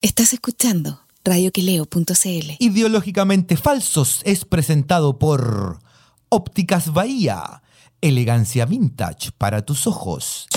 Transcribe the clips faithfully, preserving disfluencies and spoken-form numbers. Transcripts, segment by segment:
Estás escuchando radio que leo punto c l. Ideológicamente Falsos es presentado por Ópticas Bahía. Elegancia vintage para tus ojos.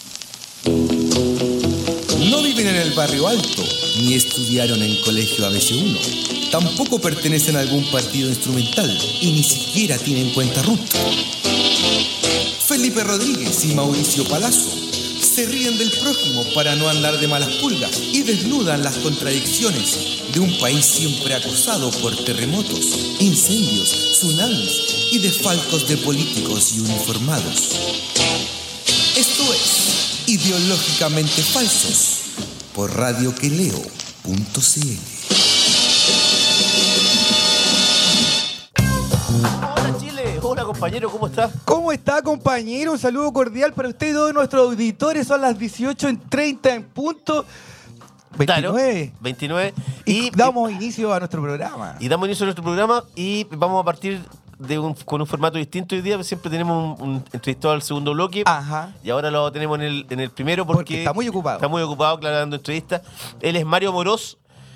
No viven en el barrio alto, ni estudiaron en colegio A B C uno. Tampoco pertenecen a algún partido instrumental y ni siquiera tienen cuenta R U T. Felipe Rodríguez y Mauricio Palazzo se ríen del prójimo para no andar de malas pulgas y desnudan las contradicciones de un país siempre acosado por terremotos, incendios, tsunamis y desfalcos de políticos y uniformados. Esto es Ideológicamente Falsos por radio que leo punto c l. Hola Chile, hola compañero, ¿cómo estás? ¿Cómo está, compañero? Un saludo cordial para usted y todos nuestros auditores. Son las dieciocho treinta en punto. veintinueve. Claro, veintinueve. Y, Y damos inicio a nuestro programa. Y damos inicio a nuestro programa y vamos a partir de un, con un formato distinto hoy día. Siempre tenemos un, un entrevistado al segundo bloque. Ajá. Y ahora lo tenemos en el, en el primero porque, Porque está muy ocupado. Está muy ocupado, claro, dando entrevistas. Él es Mario Amorós,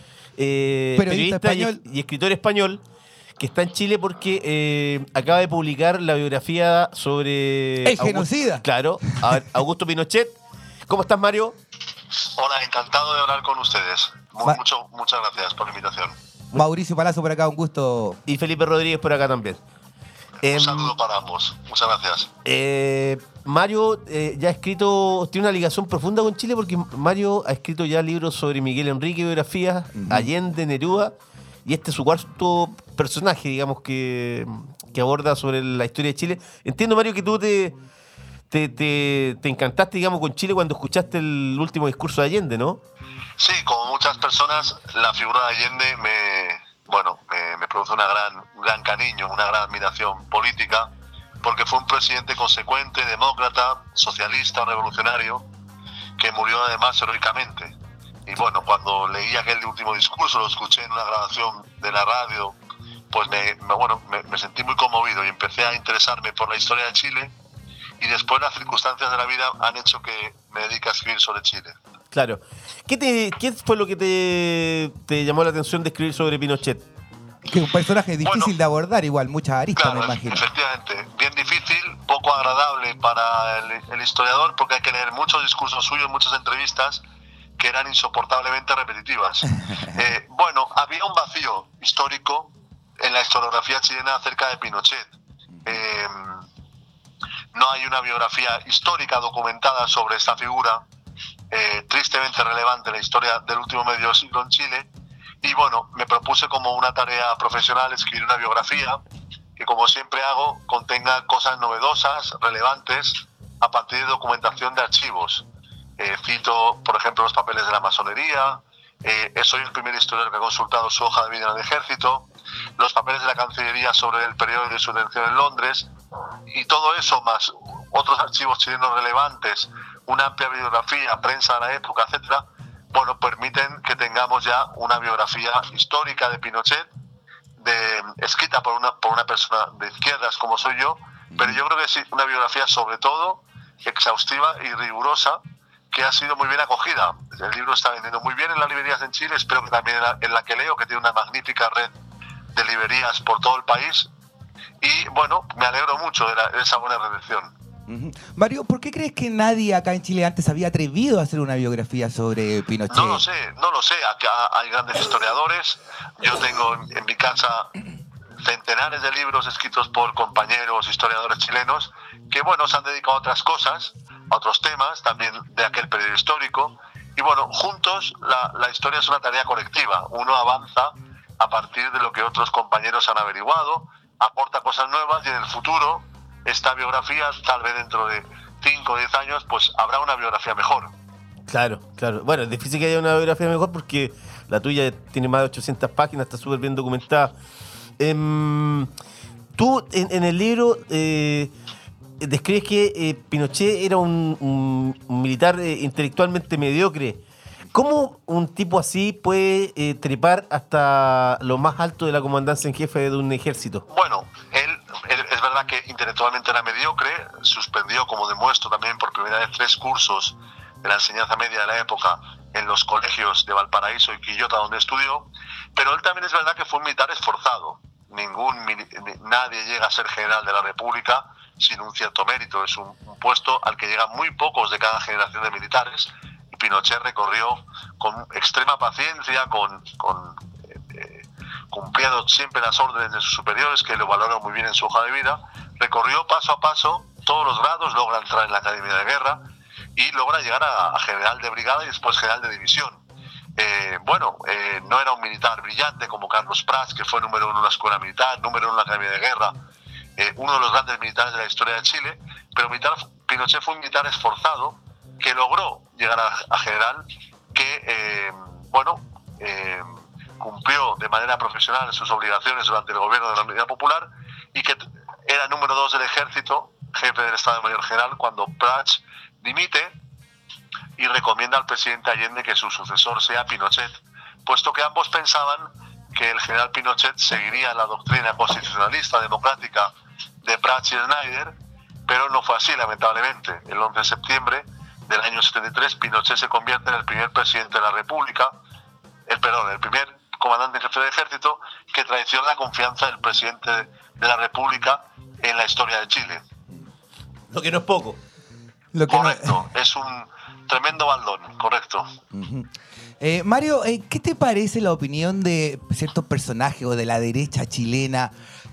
eh, Periodista periodista y, español. y escritor español, que está en Chile porque eh, acaba de publicar la biografía sobre... El Augusto- genocida. Claro, a- Augusto Pinochet. ¿Cómo estás, Mario? Hola, encantado de hablar con ustedes. Mu- Ma- mucho, muchas gracias por la invitación. Mauricio Palazzo por acá, un gusto. Y Felipe Rodríguez por acá también. Un Em, saludo para ambos. Muchas gracias. Eh, Mario eh, ya ha escrito, tiene una ligación profunda con Chile porque Mario ha escrito ya libros sobre Miguel Enrique, biografías, Allende, Neruda, y este es su cuarto personaje, digamos, que, que aborda sobre la historia de Chile. Entiendo, Mario, que tú te, te, te, te encantaste, digamos, con Chile cuando escuchaste el último discurso de Allende, ¿no? Sí, como muchas personas, la figura de Allende me, bueno, me, me produce una gran, un gran cariño, una gran admiración política, porque fue un presidente consecuente, demócrata, socialista, revolucionario, que murió además heroicamente. Y bueno, cuando leí aquel último discurso, lo escuché en una grabación de la radio, pues me, me- bueno, me, me sentí muy conmovido y empecé a interesarme por la historia de Chile, y después las circunstancias de la vida han hecho que me dedique a escribir sobre Chile. Claro. ¿Qué, te, qué fue lo que te, te llamó la atención de escribir sobre Pinochet? Que es un personaje difícil Bueno, de abordar, igual, muchas aristas, Claro, me imagino. efectivamente. Bien difícil, poco agradable para el, el historiador, porque hay que leer muchos discursos suyos, muchas entrevistas que eran insoportablemente repetitivas. Eh, bueno, había un vacío histórico en la historiografía chilena acerca de Pinochet. Eh, no hay una biografía histórica documentada sobre esta figura, eh, tristemente relevante en la historia del último medio siglo en Chile. Y bueno, me propuse como una tarea profesional escribir una biografía que, como siempre hago, contenga cosas novedosas, relevantes, a partir de documentación de archivos. Eh, cito, por ejemplo, los papeles de la masonería, eh, soy el primer historiador que ha consultado su hoja de vida en el ejército, los papeles de la Cancillería sobre el periodo de su detención en Londres, y todo eso, más otros archivos chilenos relevantes, una amplia bibliografía, prensa de la época, etcétera, bueno, permiten que tengamos ya una biografía histórica de Pinochet, de, escrita por una, por una persona de izquierdas como soy yo, pero yo creo que sí, una biografía sobre todo exhaustiva y rigurosa, que ha sido muy bien acogida. El libro está vendiendo muy bien en las librerías en Chile, espero que también en la, en la que leo, que tiene una magnífica red de librerías por todo el país, y bueno, me alegro mucho de, la, de esa buena recepción. Ujú. Mario, ¿por qué crees que nadie acá en Chile antes había atrevido a hacer una biografía sobre Pinochet? No lo sé, no lo sé. Acá hay grandes historiadores. Yo tengo en, en mi casa centenares de libros escritos por compañeros historiadores chilenos que, bueno, se han dedicado a otras cosas, a otros temas, también de aquel periodo histórico. Y bueno, juntos la, la historia es una tarea colectiva. Uno avanza a partir de lo que otros compañeros han averiguado, aporta cosas nuevas, y en el futuro esta biografía, tal vez dentro de cinco o diez años, pues habrá una biografía mejor. Claro, claro. Bueno, es difícil que haya una biografía mejor porque la tuya tiene más de ochocientas páginas, está súper bien documentada. Eh, tú, en, en el libro, eh, describes que eh, Pinochet era un, un, un militar eh, intelectualmente mediocre. ¿Cómo un tipo así puede eh, trepar hasta lo más alto de la comandancia en jefe de un ejército? Bueno, él, él es verdad que intelectualmente era mediocre, suspendió, como demuestro también por primera vez, tres cursos de la enseñanza media de la época en los colegios de Valparaíso y Quillota, donde estudió, pero él también es verdad que fue un militar esforzado. Ningún, nadie llega a ser general de la República sin un cierto mérito. Es un, un puesto al que llegan muy pocos de cada generación de militares, y Pinochet recorrió con extrema paciencia, con, con eh, cumpliendo siempre las órdenes de sus superiores, que lo valoraron muy bien en su hoja de vida. Recorrió paso a paso todos los grados, logra entrar en la Academia de Guerra y logra llegar a, a general de brigada y después general de división. Eh, bueno, eh, no era un militar brillante como Carlos Prats, que fue número uno en la escuela militar, número uno en la Academia de Guerra, eh, uno de los grandes militares de la historia de Chile, pero militar, Pinochet fue un militar esforzado que logró llegar a, a general, que, eh, bueno, eh, cumplió de manera profesional sus obligaciones durante el gobierno de la Unidad Popular y que era número dos del ejército, jefe del Estado Mayor General, cuando Prats dimite y recomienda al presidente Allende que su sucesor sea Pinochet, puesto que ambos pensaban que el general Pinochet seguiría la doctrina constitucionalista democrática de Prats y Schneider, pero no fue así, lamentablemente. El once de septiembre del año setenta y tres, Pinochet se convierte en el primer presidente de la República, el, perdón, el primer comandante en jefe de ejército que traiciona la confianza del presidente de la República en la historia de Chile. Lo que no es poco. Lo que Correcto, no... es un tremendo baldón, correcto. Uh-huh. eh, Mario, eh, ¿qué te parece la opinión de ciertos personajes o de la derecha chilena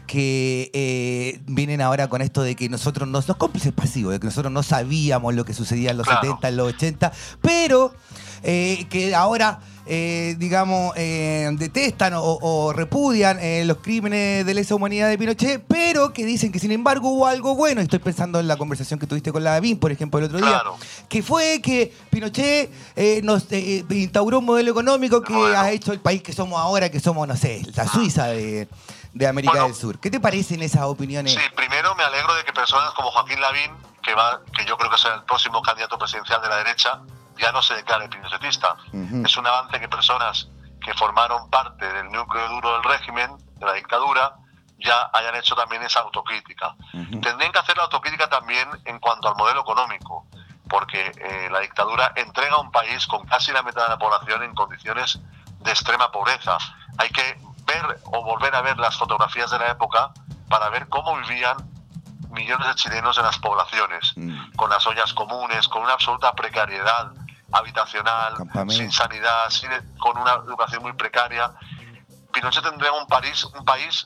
que eh, vienen ahora con esto de que nosotros no somos cómplices pasivos, de que nosotros no sabíamos lo que sucedía en los Claro. setenta, en los ochenta, pero eh, que ahora, eh, digamos, eh, detestan o, o repudian eh, los crímenes de lesa humanidad de Pinochet, pero que dicen que sin embargo hubo algo bueno? Estoy pensando en la conversación que tuviste con la Davín, por ejemplo, el otro Claro. día, que fue que Pinochet eh, nos eh, instauró un modelo económico que Bueno. ha hecho el país que somos ahora, que somos, no sé, la Suiza de... de América Bueno, del Sur. ¿Qué te parecen esas opiniones? Sí, primero me alegro de que personas como Joaquín Lavín, que va, que yo creo que será el próximo candidato presidencial de la derecha, ya no se declare pinochetista. Uh-huh. Es un avance que personas que formaron parte del núcleo duro del régimen, de la dictadura, ya hayan hecho también esa autocrítica. Uh-huh. Tendrían que hacer la autocrítica también en cuanto al modelo económico, porque eh, la dictadura entrega a un país con casi la mitad de la población en condiciones de extrema pobreza. Hay que ver o volver a ver las fotografías de la época para ver cómo vivían millones de chilenos en las poblaciones, Mm. con las ollas comunes, con una absoluta precariedad habitacional, Campamento. sin sanidad, sin, con una educación muy precaria. Pinochet tendría un país, un país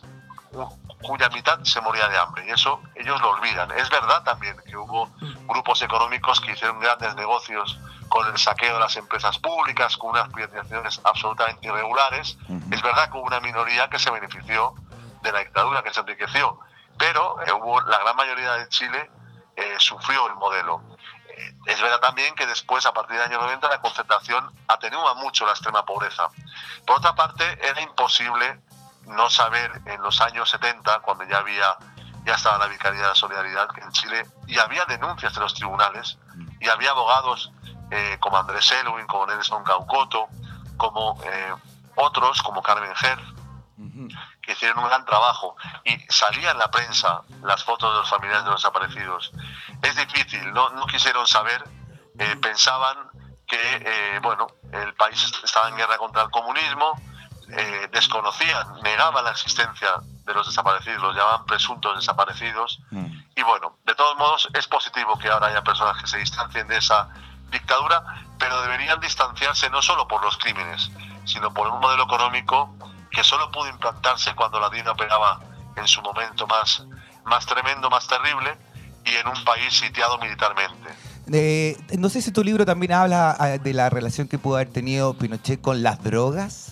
cuya mitad se moría de hambre, y eso ellos lo olvidan. Es verdad también que hubo grupos económicos que hicieron grandes negocios con el saqueo de las empresas públicas, con unas privatizaciones absolutamente irregulares. Uh-huh. Es verdad que hubo una minoría que se benefició de la dictadura, que se enriqueció, pero eh, hubo, la gran mayoría de Chile eh, sufrió el modelo. Eh, es verdad también que después, a partir del año noventa, la concentración atenúa mucho la extrema pobreza. Por otra parte, era imposible no saber en los años setenta, cuando ya había ya estaba la Vicaría de la Solidaridad en Chile, y había denuncias de los tribunales, y había abogados eh, como Andrés Elwin, como Nelson Caucoto, como eh, otros, como Carmen Herr, Uh-huh. que hicieron un gran trabajo, y salía en la prensa las fotos de los familiares de los desaparecidos. Es difícil, no, no quisieron saber, eh, pensaban que eh, bueno, el país estaba en guerra contra el comunismo, eh, desconocían, negaban la existencia de los desaparecidos, los llamaban presuntos desaparecidos. Uh-huh. Y bueno, de todos modos es positivo que ahora haya personas que se distancien de esa dictadura, pero deberían distanciarse no solo por los crímenes, sino por un modelo económico que solo pudo implantarse cuando la DINA operaba en su momento más, más tremendo, más terrible, y en un país sitiado militarmente. Eh, no sé si tu libro también habla ah, de la relación que pudo haber tenido Pinochet con las drogas.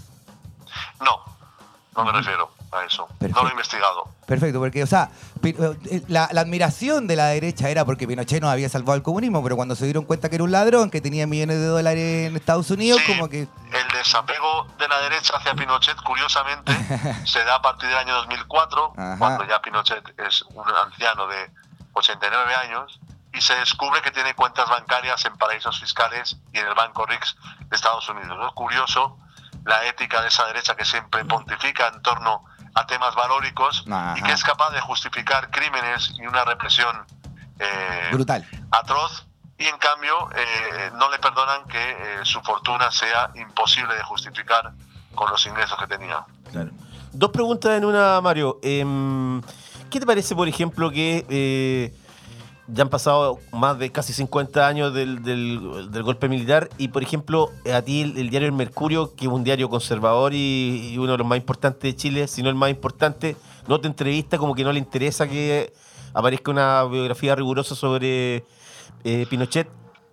No, no me refiero a eso. Perfecto. No lo he investigado. Perfecto, porque, o sea, pi- eh, la, la admiración de la derecha era porque Pinochet nos había salvado el comunismo, pero cuando se dieron cuenta que era un ladrón, que tenía millones de dólares en Estados Unidos, Sí, como que... el desapego de la derecha hacia Pinochet, curiosamente, se da a partir del año dos mil cuatro, Ajá. cuando ya Pinochet es un anciano de ochenta y nueve años, y se descubre que tiene cuentas bancarias en paraísos fiscales y en el Banco R I C S de Estados Unidos. Es curioso la ética de esa derecha que siempre pontifica en torno a temas valóricos Ajá. y que es capaz de justificar crímenes y una represión eh, Brutal. atroz y en cambio eh, no le perdonan que eh, su fortuna sea imposible de justificar con los ingresos que tenía. Claro. Dos preguntas en una, Mario. Eh, ¿Qué te parece, por ejemplo, que eh, ya han pasado más de casi cincuenta años del, del, del golpe militar y, por ejemplo, a ti el, el diario El Mercurio, que es un diario conservador y, y uno de los más importantes de Chile, si no el más importante, no te entrevista, como que no le interesa que aparezca una biografía rigurosa sobre eh, Pinochet?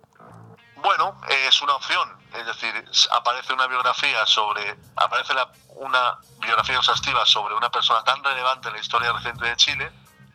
Bueno, eh, es una opción. Es decir, aparece una biografía sobre, aparece la, una biografía exhaustiva sobre una persona tan relevante en la historia reciente de Chile,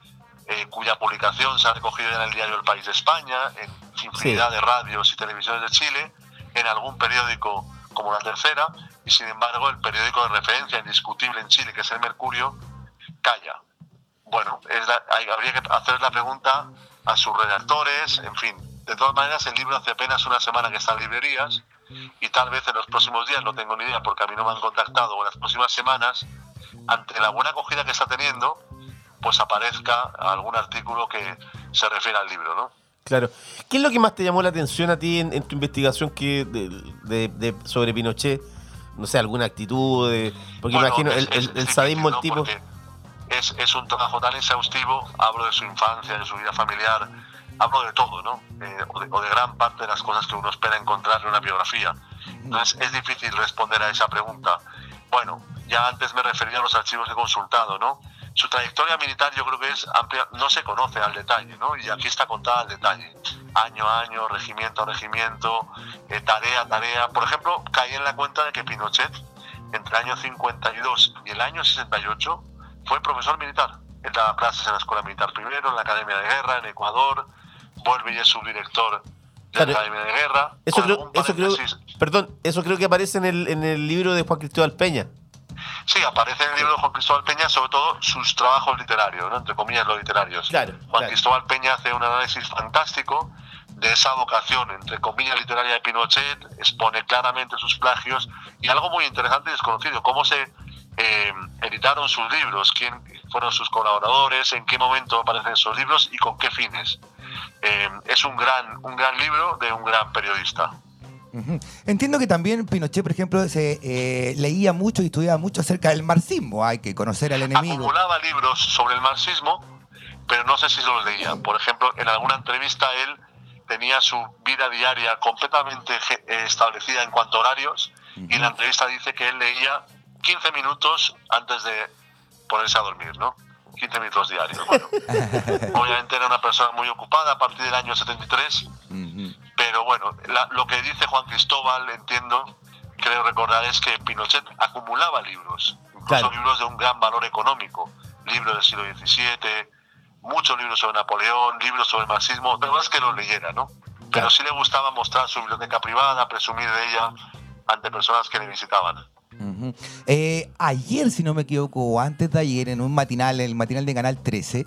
eh, cuya publicación se ha recogido en el diario El País de España, en infinidad sí. de radios y televisiones de Chile, en algún periódico como La Tercera, y sin embargo el periódico de referencia indiscutible en Chile, que es El Mercurio, calla. Bueno, es la, hay, habría que hacer la pregunta a sus redactores, en fin. De todas maneras, el libro hace apenas una semana que está en librerías y tal vez en los próximos días, no tengo ni idea porque a mí no me han contactado, o en las próximas semanas, ante la buena acogida que está teniendo, pues aparezca algún artículo que se refiera al libro, ¿no? Claro. ¿Qué es lo que más te llamó la atención a ti en, en tu investigación que de, de, de, sobre Pinochet? No sé, alguna actitud, de, porque bueno, imagino es, el, el, el sadismo del tipo... Es, es un trabajo tan exhaustivo, hablo de su infancia, de su vida familiar, hablo de todo, ¿no? Eh, o, de, o de gran parte de las cosas que uno espera encontrar en una biografía. Entonces es difícil responder a esa pregunta. Bueno, ya antes me refería a los archivos que he consultado, ¿no? Su trayectoria militar yo creo que es amplia, no se conoce al detalle, ¿no? Y aquí está contada al detalle. Año a año, regimiento a regimiento, eh, tarea a tarea. Por ejemplo, caí en la cuenta de que Pinochet, entre el año cincuenta y dos y el año sesenta y ocho, fue profesor militar. Él daba clases en la Escuela Militar primero, en la Academia de Guerra, en Ecuador, vuelve y es subdirector de claro, la Academia de Guerra. Eso creo, eso creo, perdón, eso creo que aparece en el, en el libro de Juan Cristóbal Peña. Sí, aparece en el libro de Juan Cristóbal Peña, sobre todo sus trabajos literarios, ¿no? Entre comillas, los literarios. Claro, Juan claro. Cristóbal Peña hace un análisis fantástico de esa vocación, entre comillas, literaria de Pinochet, expone claramente sus plagios y algo muy interesante y desconocido, cómo se eh, editaron sus libros, quién fueron sus colaboradores, en qué momento aparecen esos libros y con qué fines. Eh, es un gran, un gran libro de un gran periodista. Uh-huh. Entiendo que también Pinochet, por ejemplo, se eh, leía mucho y estudiaba mucho acerca del marxismo. Hay que conocer al enemigo. Acumulaba libros sobre el marxismo, pero no sé si se los leía. Por ejemplo, en alguna entrevista él tenía su vida diaria completamente establecida en cuanto a horarios, uh-huh. y en la entrevista dice que él leía quince minutos antes de ponerse a dormir, ¿no? quince minutos diarios. Bueno, obviamente era una persona muy ocupada a partir del año setenta y tres, uh-huh. pero bueno, la, lo que dice Juan Cristóbal, entiendo, creo recordar, es que Pinochet acumulaba libros, incluso claro. libros de un gran valor económico, libros del siglo diecisiete, muchos libros sobre Napoleón, libros sobre el marxismo, pero no es que los leyera, ¿no? Pero claro. sí le gustaba mostrar su biblioteca privada, presumir de ella ante personas que le visitaban. Uh-huh. Eh, ayer, si no me equivoco, o antes de ayer, en un matinal, el matinal de Canal trece,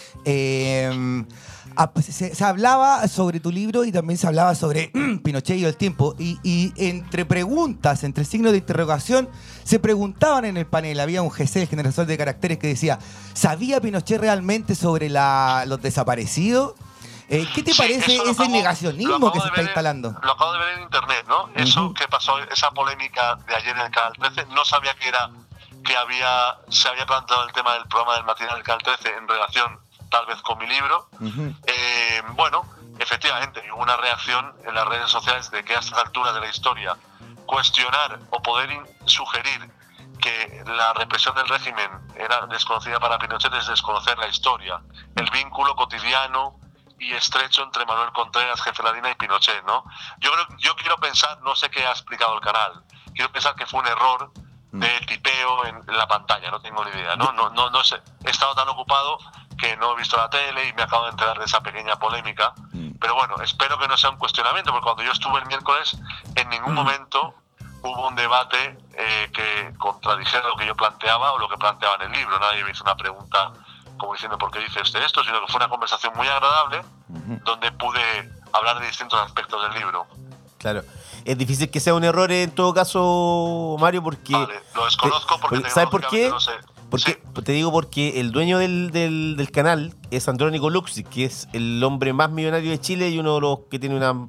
eh, se, se hablaba sobre tu libro y también se hablaba sobre Pinochet y el tiempo. Y, y entre preguntas, entre signos de interrogación, se preguntaban en el panel. Había un G C, el generador de caracteres, que decía: ¿sabía Pinochet realmente sobre la, los desaparecidos? Eh, ¿Qué te sí, parece ese acabo, negacionismo que se está ver, instalando? Lo acabo de ver en internet, ¿no? Eso uh-huh. que pasó, esa polémica de ayer en el Canal trece, no sabía que era que había se había planteado el tema del programa del matinal del Canal trece en relación tal vez con mi libro. Uh-huh. Eh, bueno, efectivamente, hubo una reacción en las redes sociales de que a estas alturas de la historia cuestionar o poder in- sugerir que la represión del régimen era desconocida para Pinochet es desconocer la historia, el vínculo cotidiano y estrecho entre Manuel Contreras, jefe de la D I N A, y Pinochet, ¿no? Yo creo, yo quiero pensar, no sé qué ha explicado el canal, quiero pensar que fue un error de tipeo en, en la pantalla, no tengo ni idea, ¿no? No, no, no sé, he estado tan ocupado que no he visto la tele y me acabo de enterar de esa pequeña polémica, pero bueno, espero que no sea un cuestionamiento, porque cuando yo estuve el miércoles, en ningún momento hubo un debate eh, que contradijera lo que yo planteaba o lo que planteaba en el libro, nadie me hizo una pregunta como diciendo por qué dice usted esto, sino que fue una conversación muy agradable, uh-huh. donde pude hablar de distintos aspectos del libro. Claro. Es difícil que sea un error en todo caso, Mario, porque... Vale, lo desconozco porque... ¿Sabes por qué? No sé. Porque, ¿Sí? te digo porque el dueño del, del, del canal, es Andrónico Luksic, que es el hombre más millonario de Chile y uno de los que tiene una,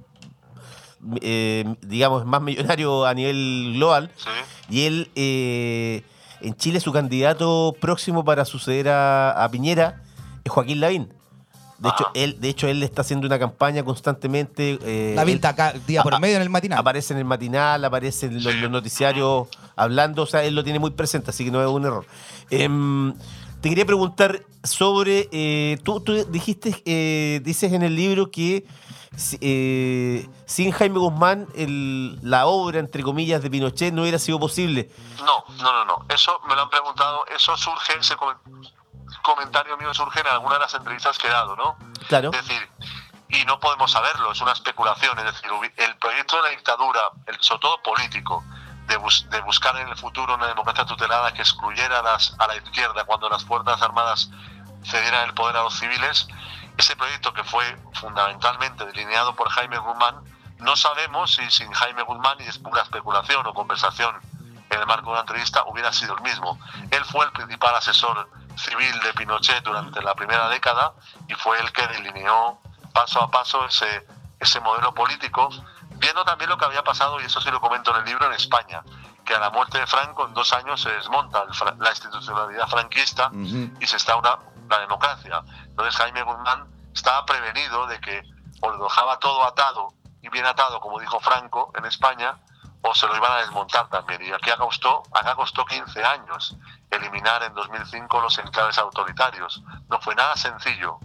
eh, digamos, más millonario a nivel global. Sí. Y él, eh, en Chile, su candidato próximo para suceder a, a Piñera es Joaquín Lavín. De hecho, Ajá. él, de hecho, él está haciendo una campaña constantemente. Eh, La él- vista acá día por a- medio en el matinal. Aparece en el matinal, aparece en los, Sí. los noticiarios hablando, o sea, él lo tiene muy presente, así que no es un error. Em, te quería preguntar sobre, eh, tú, tú dijiste, eh, dices en el libro que si- eh, sin Jaime Guzmán el- la obra, entre comillas, de Pinochet no hubiera sido posible. No, no, no, no. Eso me lo han preguntado. Eso surge, ese comen- comentario mío surge en alguna de las entrevistas que he dado, ¿no? Claro. Es decir, y no podemos saberlo, es una especulación. Es decir, hubi- el proyecto de la dictadura, el, sobre todo político, de, bus- de buscar en el futuro una democracia tutelada que excluyera a, las, a la izquierda cuando las Fuerzas Armadas cedieran el poder a los civiles, ese proyecto que fue fundamentalmente delineado por Jaime Guzmán, no sabemos si sin Jaime Guzmán, y es pura especulación o conversación en el marco de una entrevista, hubiera sido el mismo. Él fue el principal asesor civil de Pinochet durante la primera década y fue el que delineó paso a paso ese, ese modelo político, viendo también lo que había pasado, y eso sí lo comento en el libro, en España, que a la muerte de Franco en dos años se desmonta el fra- la institucionalidad franquista Ujú. y se instaura la democracia. Entonces Jaime Guzmán estaba prevenido de que o lo dejaba todo atado y bien atado, como dijo Franco en España, o se lo iban a desmontar también. Y aquí costó, acá costó quince años eliminar en dos mil cinco los enclaves autoritarios. No fue nada sencillo.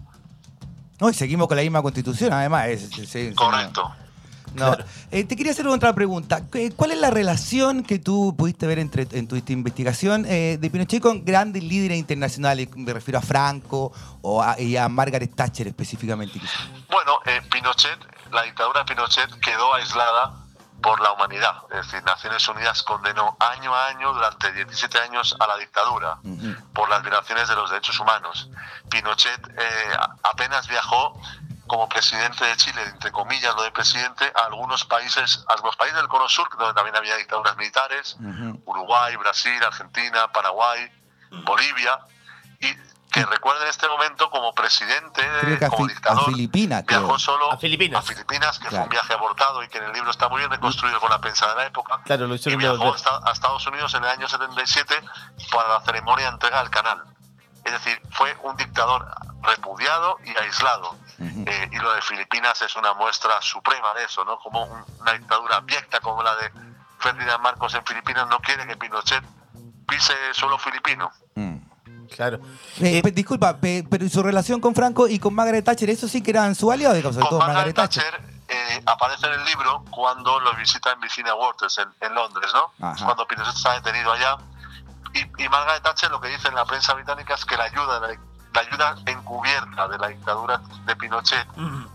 No, y seguimos con la misma constitución, además. Es, es- es- es- Correcto. No. Eh, te quería hacer otra pregunta. ¿Qué- ¿Cuál es la relación que tú pudiste ver entre, en tu investigación eh, de Pinochet con grandes líderes internacionales? Me refiero a Franco o a, y a Margaret Thatcher específicamente. quizás. Bueno, eh, Pinochet, la dictadura de Pinochet quedó aislada por la humanidad. Es decir, Naciones Unidas condenó año a año durante diecisiete años a la dictadura Ujú. por las violaciones de los derechos humanos. Pinochet eh, apenas viajó como presidente de Chile, entre comillas lo de presidente, a algunos países, a los países del Cono Sur, donde también había dictaduras militares, Ujú. Uruguay, Brasil, Argentina, Paraguay, Bolivia, y que recuerden este momento como presidente, Creo que a, como Fi- a dictador, Filipinas. creo. viajó solo A Filipinas. a Filipinas, que Claro. fue un viaje abortado y que en el libro está muy bien reconstruido con la prensa de la época. Claro, lo Y hicieron viajó devolver. hasta- a Estados Unidos en el año setenta y siete para la ceremonia de entrega del canal. Es decir, fue un dictador repudiado y aislado. Ujú. Eh, y lo de Filipinas es una muestra suprema de eso, ¿no? Como un- una dictadura abyecta como la de Ferdinand Marcos en Filipinas no quiere que Pinochet pise suelo filipino. Mm. Claro. Eh, Eh, pe- disculpa, pe- pero ¿y su relación con Franco y con Margaret Thatcher, eso sí que eran su aliado, digamos, sobre Con todo Margaret Margaret Thatcher? Thatcher eh, aparece en el libro cuando lo visita en Virginia Waters, en, en Londres, ¿no? Ajá. Cuando Pinochet está detenido allá. Y, y Margaret Thatcher lo que dice en la prensa británica es que la ayuda, la, la ayuda encubierta de la dictadura de Pinochet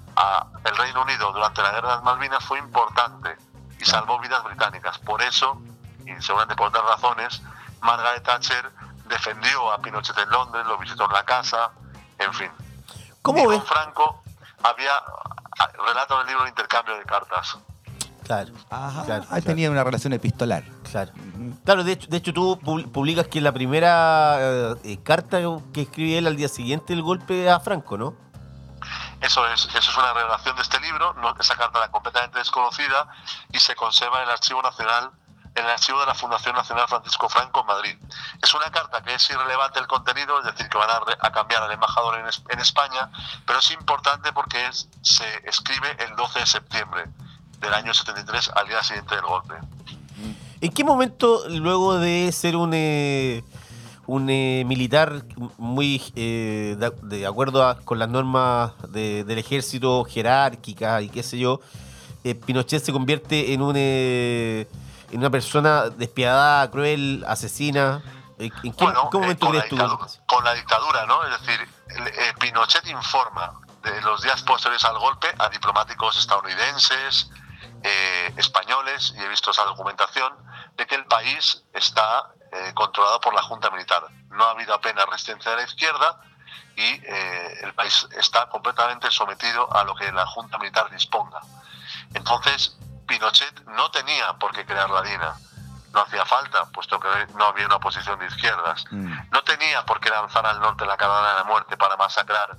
a el Reino Unido durante la guerra de las Malvinas fue importante y salvó vidas británicas. Por eso, y seguramente por otras razones, Margaret Thatcher defendió a Pinochet en Londres, lo visitó en la casa, en fin. ¿Cómo y ves? con Franco había, relato en el libro, el intercambio de cartas. Claro. Ajá, Claro, ah, claro. tenía una relación epistolar. Claro, claro de, hecho, de hecho tú pu- publicas que la primera eh, eh, carta que escribe él al día siguiente del golpe a Franco, ¿no? Eso es, eso es una revelación de este libro. No, esa carta era completamente desconocida y se conserva en el Archivo Nacional, en el archivo de la Fundación Nacional Francisco Franco en Madrid. Es una carta que es irrelevante el contenido, es decir, que van a, re- a cambiar al embajador en, es- en España, pero es importante porque es- se escribe el doce de septiembre del año setenta y tres, al día siguiente del golpe. ¿En qué momento, luego de ser un, eh, un eh, militar muy eh, de, de acuerdo a- con las normas de- del ejército jerárquicas y qué sé yo, eh, Pinochet se convierte en un eh, en una persona despiadada, cruel, asesina? ¿En en qué, Bueno, en qué eh, momento con, la crees tú? dictadura, con la dictadura, ¿no? Es decir, el- eh, Pinochet informa de los días posteriores al golpe a diplomáticos estadounidenses, eh, españoles, y he visto esa documentación, de que el país está eh, controlado por la Junta Militar. No ha habido apenas resistencia de la izquierda y eh, el país está completamente sometido a lo que la Junta Militar disponga. Entonces, Pinochet no tenía por qué crear la D I N A. No hacía falta, puesto que no había una oposición de izquierdas. Mm. No tenía por qué lanzar al norte la caravana de la muerte para masacrar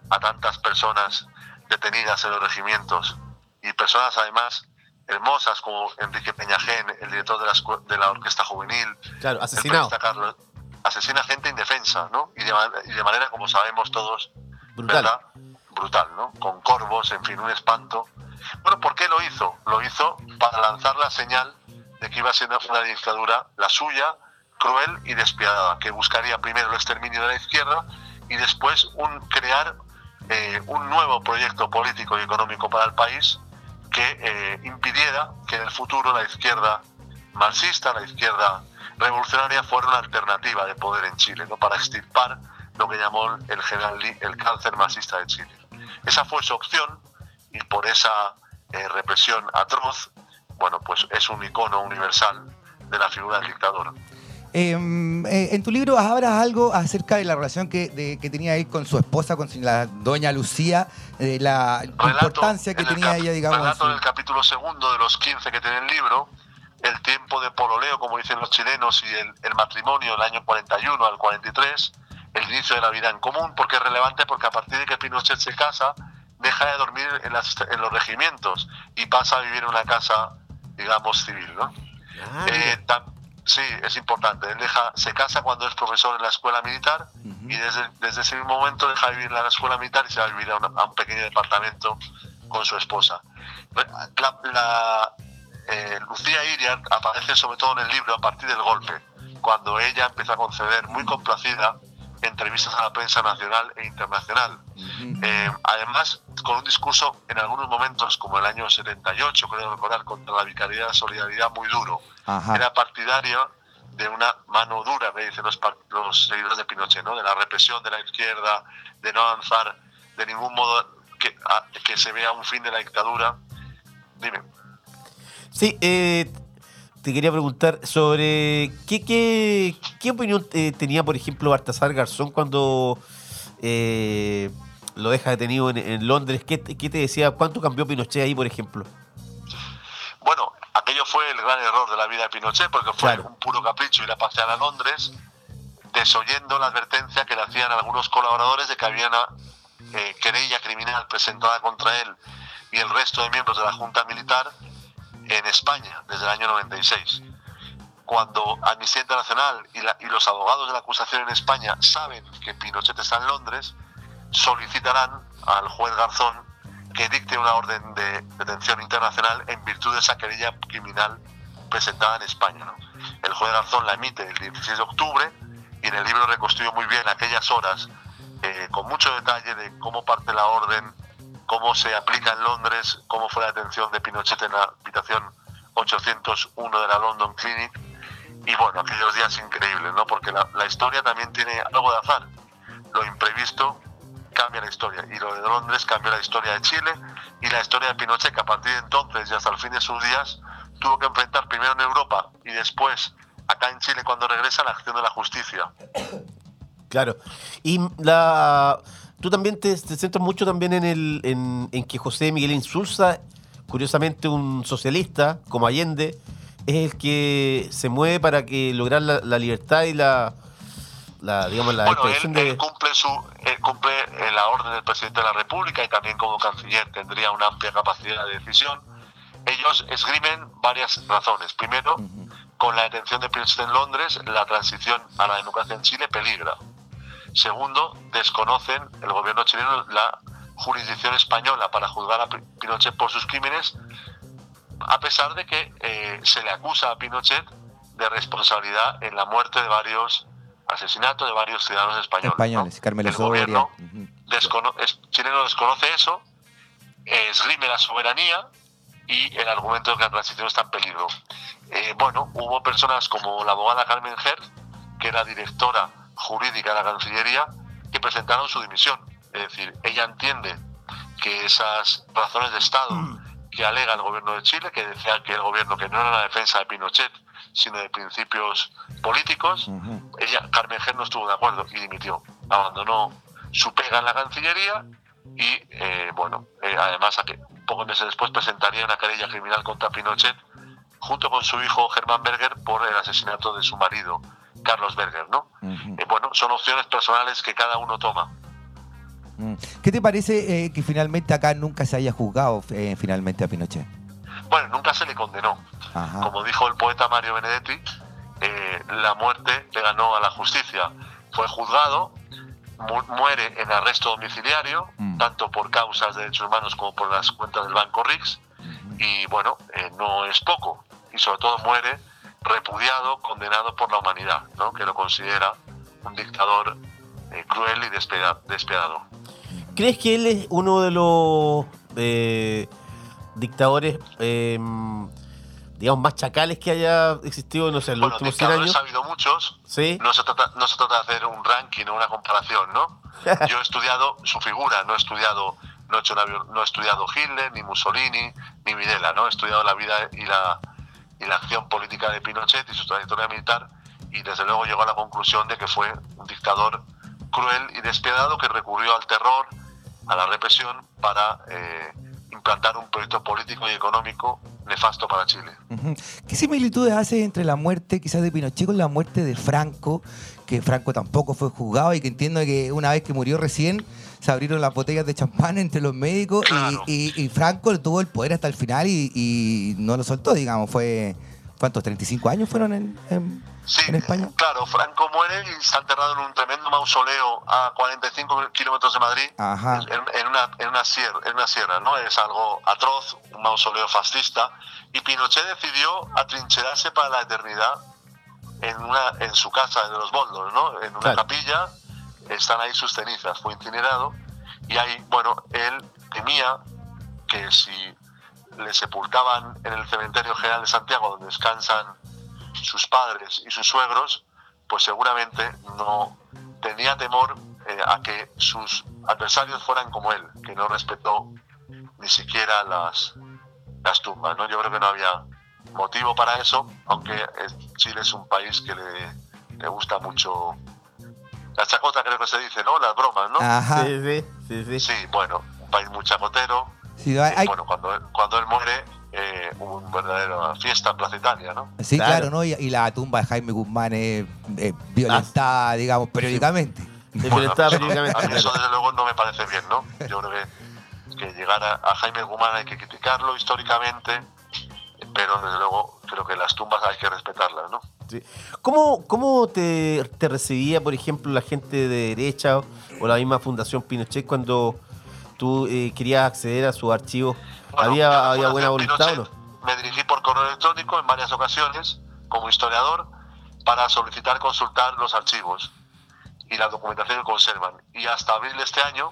a tantas personas detenidas en los regimientos y personas además hermosas como Enrique Peñagén, el director de la, escu- de la Orquesta Juvenil. Claro, asesinado. El periodista Carlos, asesina gente indefensa, ¿no? Y de, y de manera, como sabemos todos, Brutal. ¿verdad? Brutal, ¿no? Con corvos, en fin, un espanto. Bueno, ¿por qué lo hizo? Lo hizo para lanzar la señal de que iba a ser una dictadura, la suya, cruel y despiadada, que buscaría primero el exterminio de la izquierda y después un, crear eh, un nuevo proyecto político y económico para el país que eh, impidiera que en el futuro la izquierda marxista, la izquierda revolucionaria, fuera una alternativa de poder en Chile, ¿no? Para extirpar lo que llamó el general Lee el cáncer marxista de Chile. Esa fue su opción y por esa eh, represión atroz, bueno, pues es un icono universal de la figura del dictador. Eh, eh, en tu libro hablas algo acerca de la relación que, de, que tenía él con su esposa, con la doña Lucía, eh, la Relato importancia que en el tenía cap- ella, digamos. Relato en en el su- capítulo segundo de los quince que tiene el libro, el tiempo de pololeo, como dicen los chilenos, y el, el matrimonio del año cuarenta y uno al cuarenta y tres, el inicio de la vida en común, porque es relevante porque a partir de que Pinochet se casa, deja de dormir en, las, en los regimientos y pasa a vivir en una casa, digamos, civil, ¿no? Ah, Eh, tam- sí, es importante. Él deja, se casa cuando es profesor en la escuela militar y desde, desde ese mismo momento deja de vivir en la escuela militar y se va a vivir a, una- a un pequeño departamento con su esposa. La, la, eh, Lucía Iriart aparece sobre todo en el libro a partir del golpe, cuando ella empieza a conceder muy complacida entrevistas a la prensa nacional e internacional. Eh, además, con un discurso en algunos momentos, como el año setenta y ocho, creo recordar, contra la Vicaría de la Solidaridad, muy duro. Ajá. Era partidario de una mano dura, me dicen los, par- los seguidores de Pinochet, ¿no? De la represión de la izquierda, de no avanzar de ningún modo que, a, que se vea un fin de la dictadura. Dime. Sí, eh, te quería preguntar sobre qué, qué, qué opinión eh, tenía, por ejemplo, Baltasar Garzón cuando eh, lo deja detenido en, en Londres. ¿Qué, ¿Qué te decía? ¿Cuánto cambió Pinochet ahí, por ejemplo? Bueno, aquello fue el gran error de la vida de Pinochet, porque fue Claro. un puro capricho ir a pasear a Londres, desoyendo la advertencia que le hacían algunos colaboradores de que había una eh, querella criminal presentada contra él y el resto de miembros de la Junta Militar en España desde el año noventa y seis. Cuando Amnistía Internacional y, la, y los abogados de la acusación en España saben que Pinochet está en Londres, solicitarán al juez Garzón que dicte una orden de detención internacional en virtud de esa querella criminal presentada en España, ¿no? El juez Garzón la emite el dieciséis de octubre y en el libro reconstruyo muy bien aquellas horas eh, con mucho detalle de cómo parte la orden, cómo se aplica en Londres, cómo fue la detención de Pinochet en la habitación ochocientos uno de la London Clinic. Y bueno, aquellos días increíbles, ¿no? Porque la, la historia también tiene algo de azar. Lo imprevisto cambia la historia. Y lo de Londres cambió la historia de Chile y la historia de Pinochet, que a partir de entonces y hasta el fin de sus días tuvo que enfrentar primero en Europa y después acá en Chile cuando regresa la acción de la justicia. Claro. Y la tú también te, te centras mucho también en, el, en, en que José Miguel Insulza, curiosamente un socialista como Allende, es el que se mueve para que lograr la, la libertad y la, la digamos la Bueno, él, extradición de... él cumple su él cumple eh, la orden del presidente de la República y también como canciller tendría una amplia capacidad de decisión. Ellos esgrimen varias razones. Primero, con la detención de Pinochet en Londres, la transición a la democracia en Chile peligra. Segundo, desconocen el gobierno chileno la jurisdicción española para juzgar a Pinochet por sus crímenes, a pesar de que eh, se le acusa a Pinochet de responsabilidad en la muerte de varios asesinatos de varios ciudadanos españoles. Españoles, ¿no? Carmelo El Soria. gobierno Ujú. descono- es, chileno desconoce eso, esgrime la soberanía y el argumento de que la transición está en peligro. Eh, bueno, hubo personas como la abogada Carmen Hertz, que era directora jurídica de la Cancillería, que presentaron su dimisión. Es decir, ella entiende que esas razones de Estado que alega el gobierno de Chile, que decía que el gobierno que no era la defensa de Pinochet, sino de principios políticos, Ujú. ella, Carmen Hertz, no estuvo de acuerdo y dimitió. Abandonó su pega en la Cancillería y, eh, bueno, eh, además, a que pocos meses después presentaría una querella criminal contra Pinochet junto con su hijo Germán Berger por el asesinato de su marido, Carlos Berger, ¿no? Ujú. Eh, bueno, son opciones personales que cada uno toma. Mm. ¿Qué te parece eh, que finalmente acá nunca se haya juzgado eh, finalmente a Pinochet? Bueno, nunca se le condenó. Ajá. Como dijo el poeta Mario Benedetti, eh, la muerte le ganó a la justicia. Fue juzgado, mu- muere en arresto domiciliario, Mm. tanto por causas de derechos humanos como por las cuentas del Banco R I C S, y bueno, eh, no es poco. Y sobre todo muere repudiado, condenado por la humanidad, ¿no? Que lo considera un dictador eh, cruel y despiada- despiadado. ¿Crees que él es uno de los eh, dictadores, eh, digamos, más chacales que haya existido, no sé, en los Bueno, últimos cien dictadores años? ha habido muchos. Sí. No se trata, no se trata de hacer un ranking o una comparación, ¿no? Yo he estudiado su figura, no he estudiado, no he hecho una bio- no he estudiado Hitler, ni Mussolini, ni Videla, ¿no? He estudiado la vida y la, y la acción política de Pinochet y su trayectoria militar, y desde luego llegó a la conclusión de que fue un dictador cruel y despiadado que recurrió al terror, a la represión, para eh, implantar un proyecto político y económico nefasto para Chile. Ujú. ¿Qué similitudes hace entre la muerte quizás de Pinochet con la muerte de Franco? Que Franco tampoco fue juzgado y que entiendo que una vez que murió recién se abrieron las botellas de champán entre los médicos y- Claro. y, y Franco tuvo el poder hasta el final y, y no lo soltó, digamos. Fue, ¿cuántos? ¿treinta y cinco años fueron en, en, Sí, en España? eh, claro, Franco muere y está enterrado en un tremendo mausoleo a cuarenta y cinco kilómetros de Madrid, Ajá. en, en una, en, una sierra, en una sierra, ¿no? Es algo atroz, un mausoleo fascista, y Pinochet decidió atrincherarse para la eternidad en, una, en su casa de los Boldos, ¿no? En una Claro. capilla, están ahí sus cenizas, fue incinerado, y ahí, bueno, él temía que si le sepultaban en el cementerio general de Santiago, donde descansan sus padres y sus suegros, pues seguramente no tenía temor eh, a que sus adversarios fueran como él, que no respetó ni siquiera las, las tumbas, ¿no? Yo creo que no había motivo para eso, aunque eh, Chile es un país que le, le gusta mucho la chacota, creo que se dice, ¿no? Las bromas, ¿no? Ajá. Sí, sí, sí, sí. Sí, bueno, un país muy chacotero. Sí, hay- Y hay- bueno, cuando él, cuando él muere, eh, hubo una verdadera fiesta en Plaza Italia, ¿no? sí, Claro. claro, ¿no? Y, y la tumba de Jaime Guzmán es eh, violentada, digamos, periódicamente. Es Bueno, violentada eso- periódicamente, a mí eso claro. desde luego no me parece bien, ¿no? Yo creo que, que llegar a, a Jaime Guzmán hay que criticarlo históricamente, pero desde luego creo que las tumbas hay que respetarlas, ¿no? Sí. ¿Cómo, cómo te, te recibía, por ejemplo, la gente de derecha o la misma Fundación Pinochet cuando tú eh, querías acceder a sus archivos? Bueno, ¿Había, yo a la había buena Fundación voluntad o no? Pinochet Me dirigí por correo electrónico en varias ocasiones, como historiador, para solicitar consultar los archivos y la documentación que conservan. Y hasta abril de este año,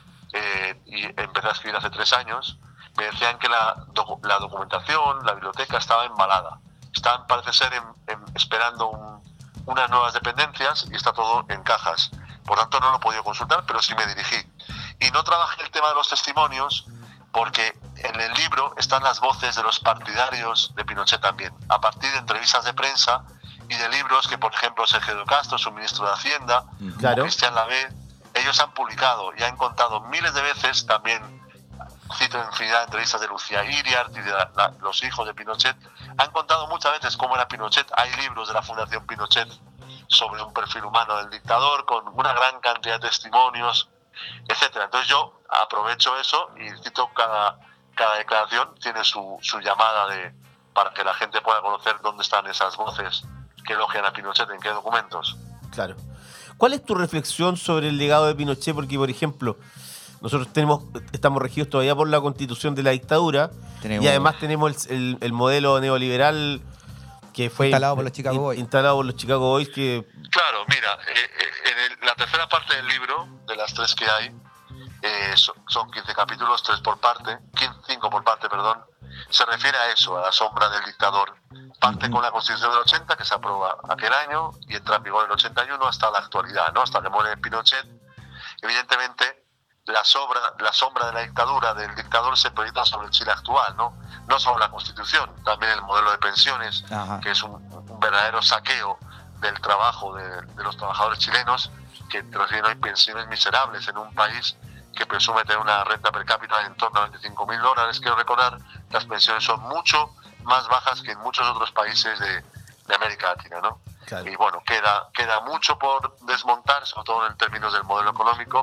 eh, y empecé a escribir hace tres años, me decían que la, docu- la documentación, la biblioteca estaba embalada. Están, parece ser, en- en- esperando un- unas nuevas dependencias y está todo en cajas. Por tanto, no lo he podido consultar, pero sí me dirigí. Y no trabajé el tema de los testimonios porque en el libro están las voces de los partidarios de Pinochet también, a partir de entrevistas de prensa y de libros que, por ejemplo, Sergio de Castro, su ministro de Hacienda, Claro. o Cristian Lavé, ellos han publicado y han contado miles de veces, también cito infinidad de entrevistas de Lucía Iriart y de la- la- los hijos de Pinochet, han contado muchas veces cómo era Pinochet. Hay libros de la Fundación Pinochet sobre un perfil humano del dictador, con una gran cantidad de testimonios, etcétera. Entonces yo aprovecho eso y cito cada, cada declaración, tiene su, su llamada de, para que la gente pueda conocer dónde están esas voces que elogian a Pinochet, en qué documentos. Claro. ¿Cuál es tu reflexión sobre el legado de Pinochet? Porque, por ejemplo, nosotros tenemos, estamos regidos todavía por la constitución de la dictadura Tenemos- y además tenemos el, el- el modelo neoliberal que fue Instalado por los Chicago in- Boys. instalado por los Chicago Boys, que Claro, mira, eh, eh, en el- la tercera parte del libro, de las tres que hay, eh, son, son quince capítulos, tres por parte, quince, cinco por parte, perdón, se refiere a eso, a la sombra del dictador. Parte con la Constitución del ochenta, que se aprueba aquel año, y entra en vigor el ochenta y uno hasta la actualidad, ¿no? Hasta que muere Pinochet. Evidentemente, la, sobra, la sombra de la dictadura del dictador se proyecta sobre el Chile actual, ¿no? No solo la Constitución, también el modelo de pensiones, Ajá. que es un, un verdadero saqueo del trabajo de, de los trabajadores chilenos, que reciben hoy pensiones miserables en un país que presume tener una renta per cápita de en torno a veinticinco mil dólares. Quiero recordar, las pensiones son mucho más bajas que en muchos otros países de, de América Latina, ¿no? Claro. Y bueno, queda, queda mucho por desmontar, sobre todo en términos del modelo económico,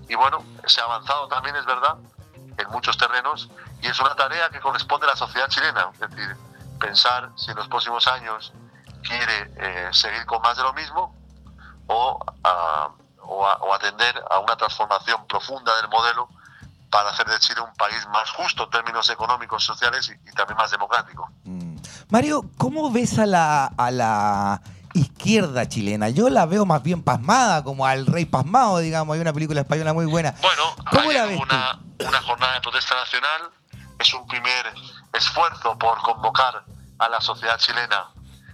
Y bueno, se ha avanzado también, es verdad, en muchos terrenos, y es una tarea que corresponde a la sociedad chilena, es decir, pensar si en los próximos años quiere eh, seguir con más de lo mismo o, a, o, a, o atender a una transformación profunda del modelo para hacer de Chile un país más justo en términos económicos, sociales y, y también más democrático. Mm. Mario, ¿cómo ves a la, a la izquierda chilena? Yo la veo más bien pasmada, como al rey pasmado, digamos. Hay una película española muy buena. Bueno, ¿cómo hay la ves una, una jornada de protesta nacional. Es un primer esfuerzo por convocar a la sociedad chilena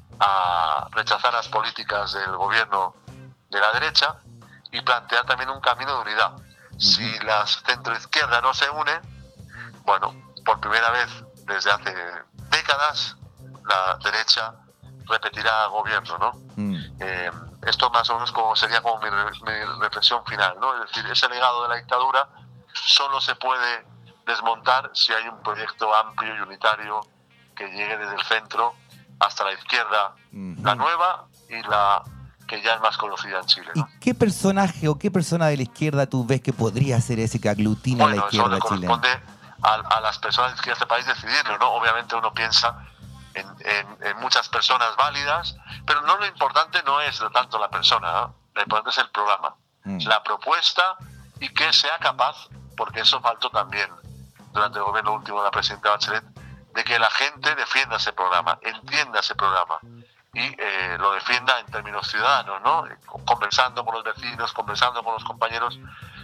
a rechazar las políticas del gobierno de la derecha y plantear también un camino de unidad. Uh-huh. Si la centroizquierda no se une, bueno, por primera vez desde hace décadas la derecha repetirá gobierno, ¿no? Mm. Eh, esto más o menos como sería como mi, mi reflexión final, ¿no? Es decir, ese legado de la dictadura solo se puede desmontar si hay un proyecto amplio y unitario que llegue desde el centro hasta la izquierda, mm. la nueva y la que ya es más conocida en Chile, ¿no? ¿Y qué personaje o qué persona de la izquierda tú ves que podría ser ese que aglutina bueno, a la izquierda eso le corresponde a, a las personas de este país decidirlo, ¿no? Obviamente uno piensa en, en, en muchas personas válidas, pero no lo importante no es tanto la persona, ¿no? Lo importante es el programa, mm. la propuesta y que sea capaz, porque eso faltó también durante el gobierno último de la presidenta Bachelet, de que la gente defienda ese programa, entienda ese programa y eh, lo defienda en términos ciudadanos, ¿no? Conversando con los vecinos, conversando con los compañeros,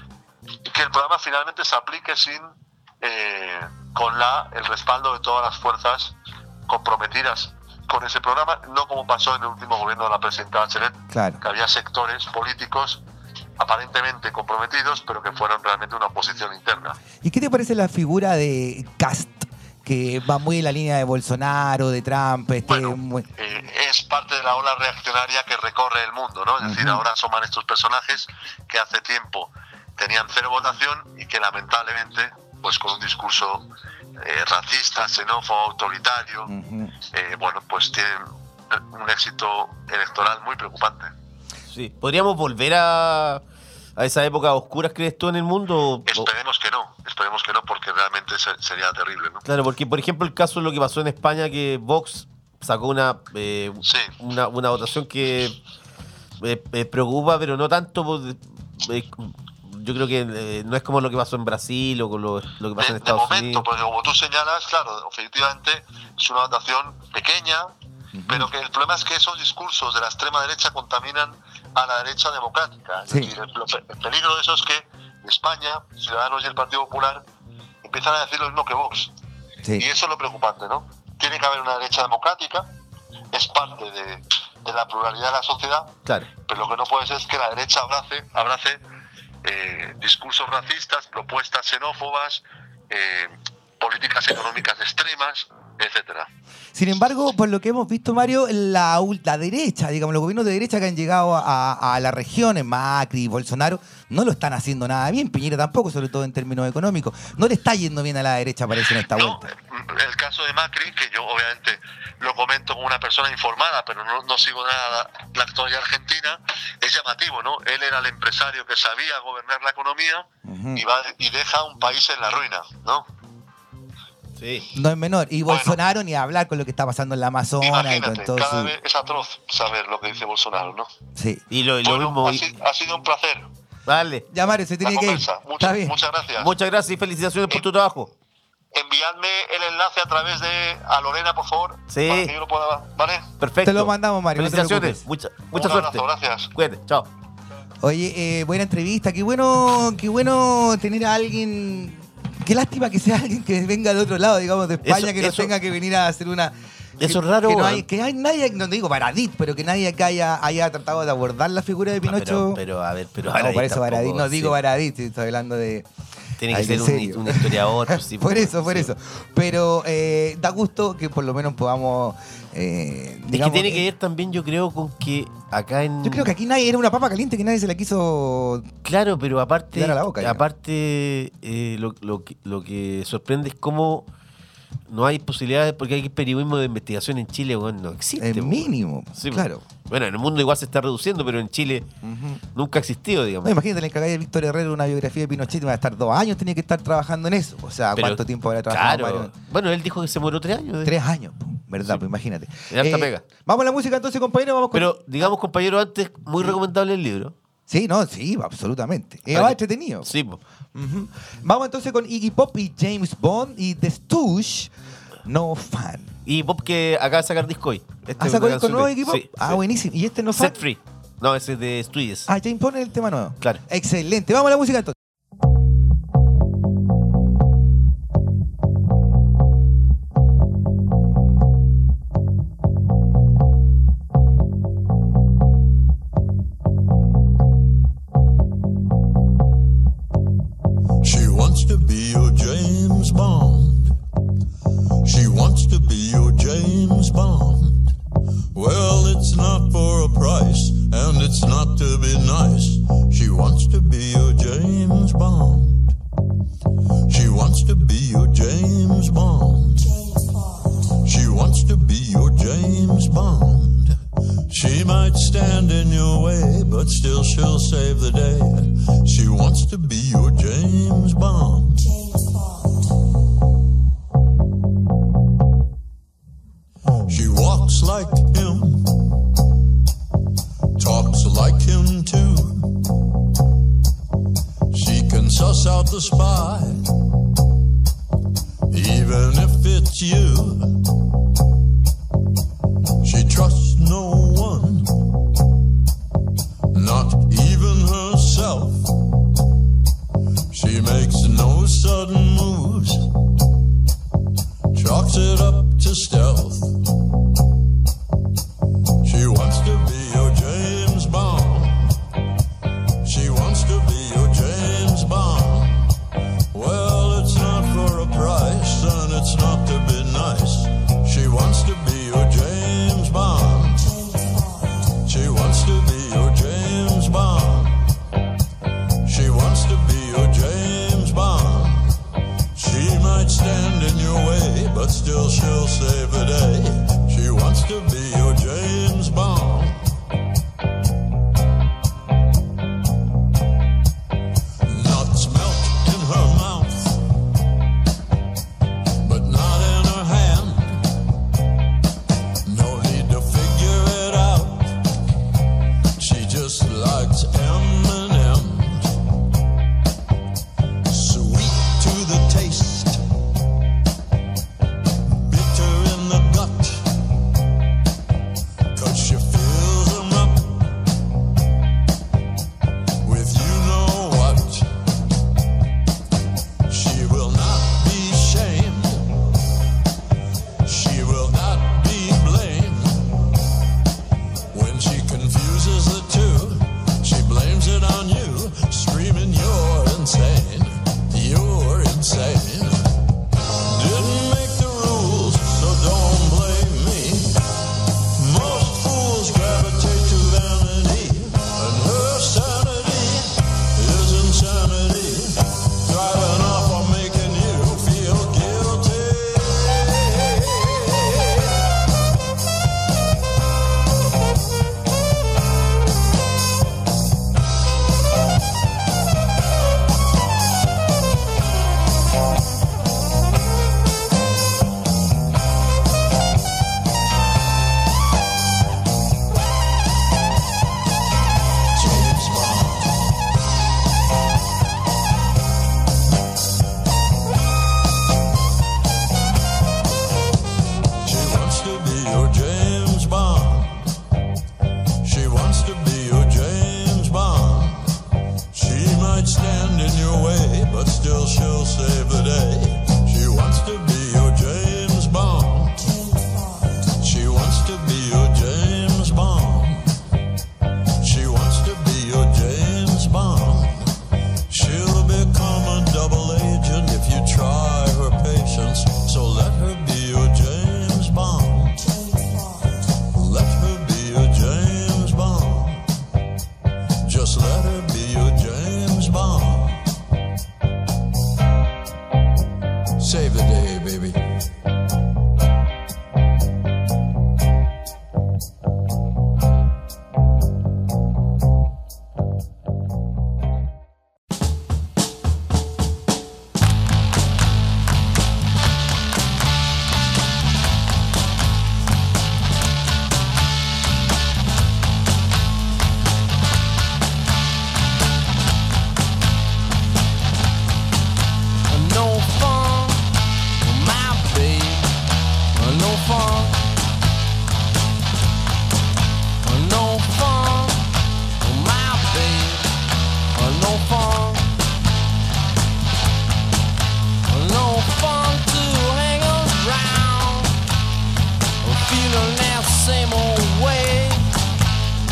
y que el programa finalmente se aplique sin eh, con la el respaldo de todas las fuerzas comprometidas con ese programa, no como pasó en el último gobierno de la presidenta Bachelet, claro. que había sectores políticos aparentemente comprometidos, pero que fueron realmente una oposición interna. ¿Y qué te parece la figura de Kast, que va muy en la línea de Bolsonaro, de Trump? Este, bueno, muy... eh, es parte de la ola reaccionaria que recorre el mundo, ¿no? Es uh-huh. decir, ahora asoman estos personajes que hace tiempo tenían cero votación y que lamentablemente, pues con un discurso eh, racista, xenófobo, autoritario, uh-huh. eh, bueno, pues tienen un éxito electoral muy preocupante. Sí, ¿podríamos volver a, a esa época oscura, crees tú, en el mundo? Esperemos que no, esperemos que no, porque realmente se, sería terrible, ¿no? Claro, porque por ejemplo el caso de lo que pasó en España, que Vox sacó una eh, sí. una, una votación que eh, eh, preocupa, pero no tanto, pues, eh, yo creo que eh, no es como lo que pasó en Brasil o con lo, lo que pasó de, en Estados de momento, Unidos. Porque como tú señalas, claro, efectivamente es una votación pequeña, uh-huh. pero que el problema es que esos discursos de la extrema derecha contaminan a la derecha democrática. Es sí. decir, el, el peligro de eso es que en España, Ciudadanos y el Partido Popular empiezan a decir lo mismo que Vox. Sí. Y eso es lo preocupante, ¿no? Tiene que haber una derecha democrática, es parte de, de la pluralidad de la sociedad, claro. pero lo que no puede ser es que la derecha abrace, abrace eh, discursos racistas, propuestas xenófobas, eh, políticas económicas extremas, etcétera. Sin embargo, por lo que hemos visto, Mario, la, la derecha, digamos, los gobiernos de derecha que han llegado a, a las regiones, Macri y Bolsonaro, no lo están haciendo nada bien. Piñera tampoco, sobre todo en términos económicos. No le está yendo bien a la derecha, parece, en esta no, vuelta. El caso de Macri, que yo obviamente lo comento como una persona informada, pero no, no sigo nada la actualidad argentina, es llamativo, ¿no? Él era el empresario que sabía gobernar la economía uh-huh. y, va, y deja un país en la ruina, ¿no? Sí. No es menor. Y bueno, Bolsonaro ni hablar con lo que está pasando en la Amazonas y con todo cada su... vez es atroz saber lo que dice Bolsonaro, ¿no? Sí. Y lo, y lo bueno, mismo... ha, si, ha sido un placer. Vale. Ya, Mario, se tiene que ir. Muchas, muchas gracias. Muchas gracias y felicitaciones por tu trabajo. Enviadme el enlace a través de a Lorena, por favor. Sí. Para que yo lo pueda, ¿vale? Perfecto. Te lo mandamos, Mario. Felicitaciones. No mucha mucha un suerte. Abrazo, gracias. Cuídate. Chao. Oye, eh, buena entrevista. Qué bueno, qué bueno tener a alguien... Qué lástima que sea alguien que venga de otro lado, digamos, de España, eso, que no eso, tenga que venir a hacer una... Eso que, es raro. Que no hay, que hay nadie, no digo Baradit, pero que nadie acá haya, haya tratado de abordar la figura de Pinocho. No, pero, pero, a ver, pero no, por eso Baradit, no digo sí. Baradit, estoy hablando de... Tiene que ser un, un historiador. Pues, sí, por eso, por sí. eso. Pero eh, da gusto que por lo menos podamos... Eh, es digamos, que tiene que ver también, yo creo, con que acá en... Yo creo que aquí nadie era una papa caliente, que nadie se la quiso... Claro, pero aparte, a la boca, aparte eh, lo, lo, que, lo que sorprende es cómo no hay posibilidades porque hay periodismo de investigación en Chile, bueno, no existe. Es bueno. mínimo, Sí, claro. Bueno, en el mundo igual se está reduciendo, pero en Chile Uh-huh. nunca ha existido, digamos. No, imagínate, le encargáis a Víctor Herrero una biografía de Pinochet y va a estar dos años, tenía que estar trabajando en eso. O sea, Pero, ¿cuánto tiempo habrá trabajado Claro. Mario? Bueno, él dijo que se murió tres años. de- Tres años, ¿verdad? Sí. Pues imagínate. En harta pega. Vamos a la música entonces, compañero. Vamos con... Pero, digamos, compañero, antes, muy recomendable el libro. Sí, no, sí, absolutamente. Es Vale. entretenido. Sí, po. Ujú. Vamos entonces con Iggy Pop y James Bond y The Stooges, No Fan. Y Bob que acaba de sacar disco hoy. Este ¿Ah, es sacó una el con canción nuevo de- Iggy Pop? Sí, Ah, sí. buenísimo. ¿Y este No Fan? Set Free. No, ese es de Stuyes. Ah, James Bond es el tema nuevo. Claro. Excelente. Vamos a la música entonces. She wants to be your James Bond. She wants to be your James Bond. Well, it's not for a price, and it's not to be nice. She wants to be your James Bond. She wants to be your James Bond. She wants to be your James Bond. She might stand in your way, but still she'll save the day. She wants to be your James Bond. She walks like him, talks like him too. She can suss out the spy, even if it's you. She trusts no one, not even herself. She makes no sudden moves, chalks it up to stealth. She wants to be your James Bond. She wants to be your James Bond. Well, it's not for a price, and it's not to be nice.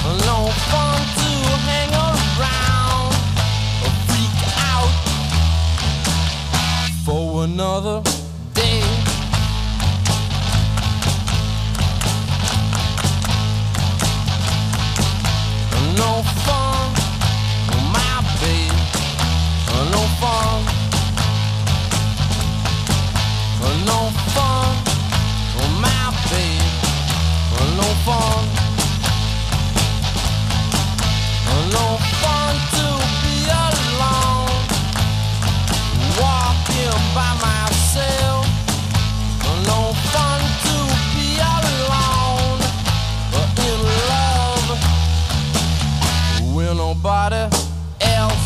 No fun to hang around or freak out for another day. No fun, my babe. No fun. No fun, my babe. No fun. No fun to be alone, walking by myself. No fun to be alone, in love with nobody else.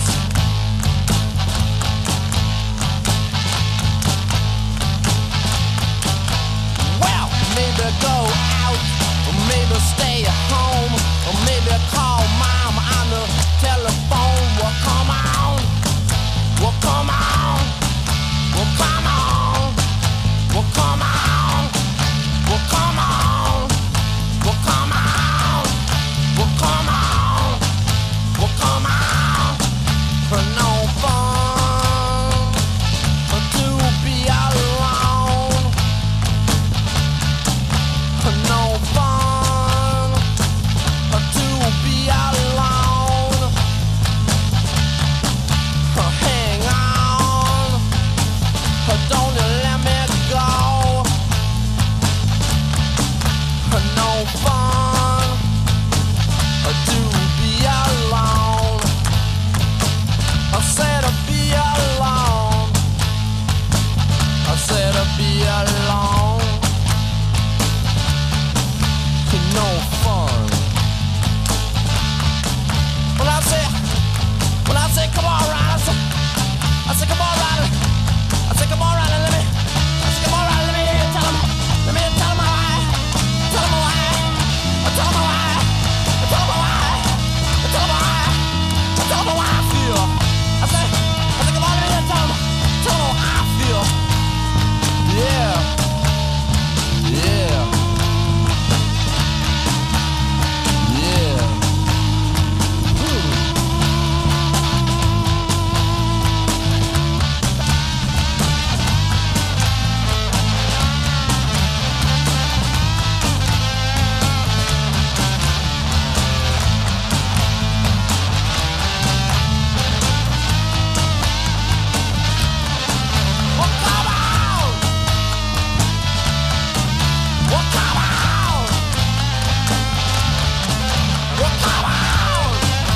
Well, maybe go out, or maybe stay at home, or maybe call mom on the telephone. Well, come on, well, come on, well, come on, well, come on, well, come on, well, come on, well, come on, well, come on. For no fun to be alone. For no fun to be alone. Hang on, don't let me go. No fun to be alone. I said to be alone. I said to be alone. No fun. When I say, when I say come on, Ryder, I say, I say come on, Ryder. I say come on, Ryder, let me, I say come on, Ryder, let me hear you tell him, let me hear you tell him why, tell him why, tell him why, tell him why, tell him why, tell him why I feel. I say, I say come on, let me hear you tell him, tell him how I feel. Yeah, yeah. Yeah. Ooh. Well, come on. Well, come on. Well, come on.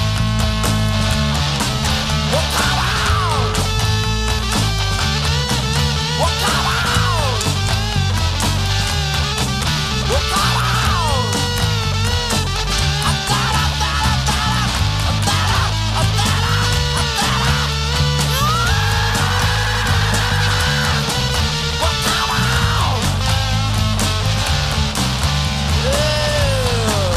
Well, come on. Well, come on. Well, come on. I'm done, I'm done, I'm done, I'm done, I'm done, I'm done. Well, come on. Yeah.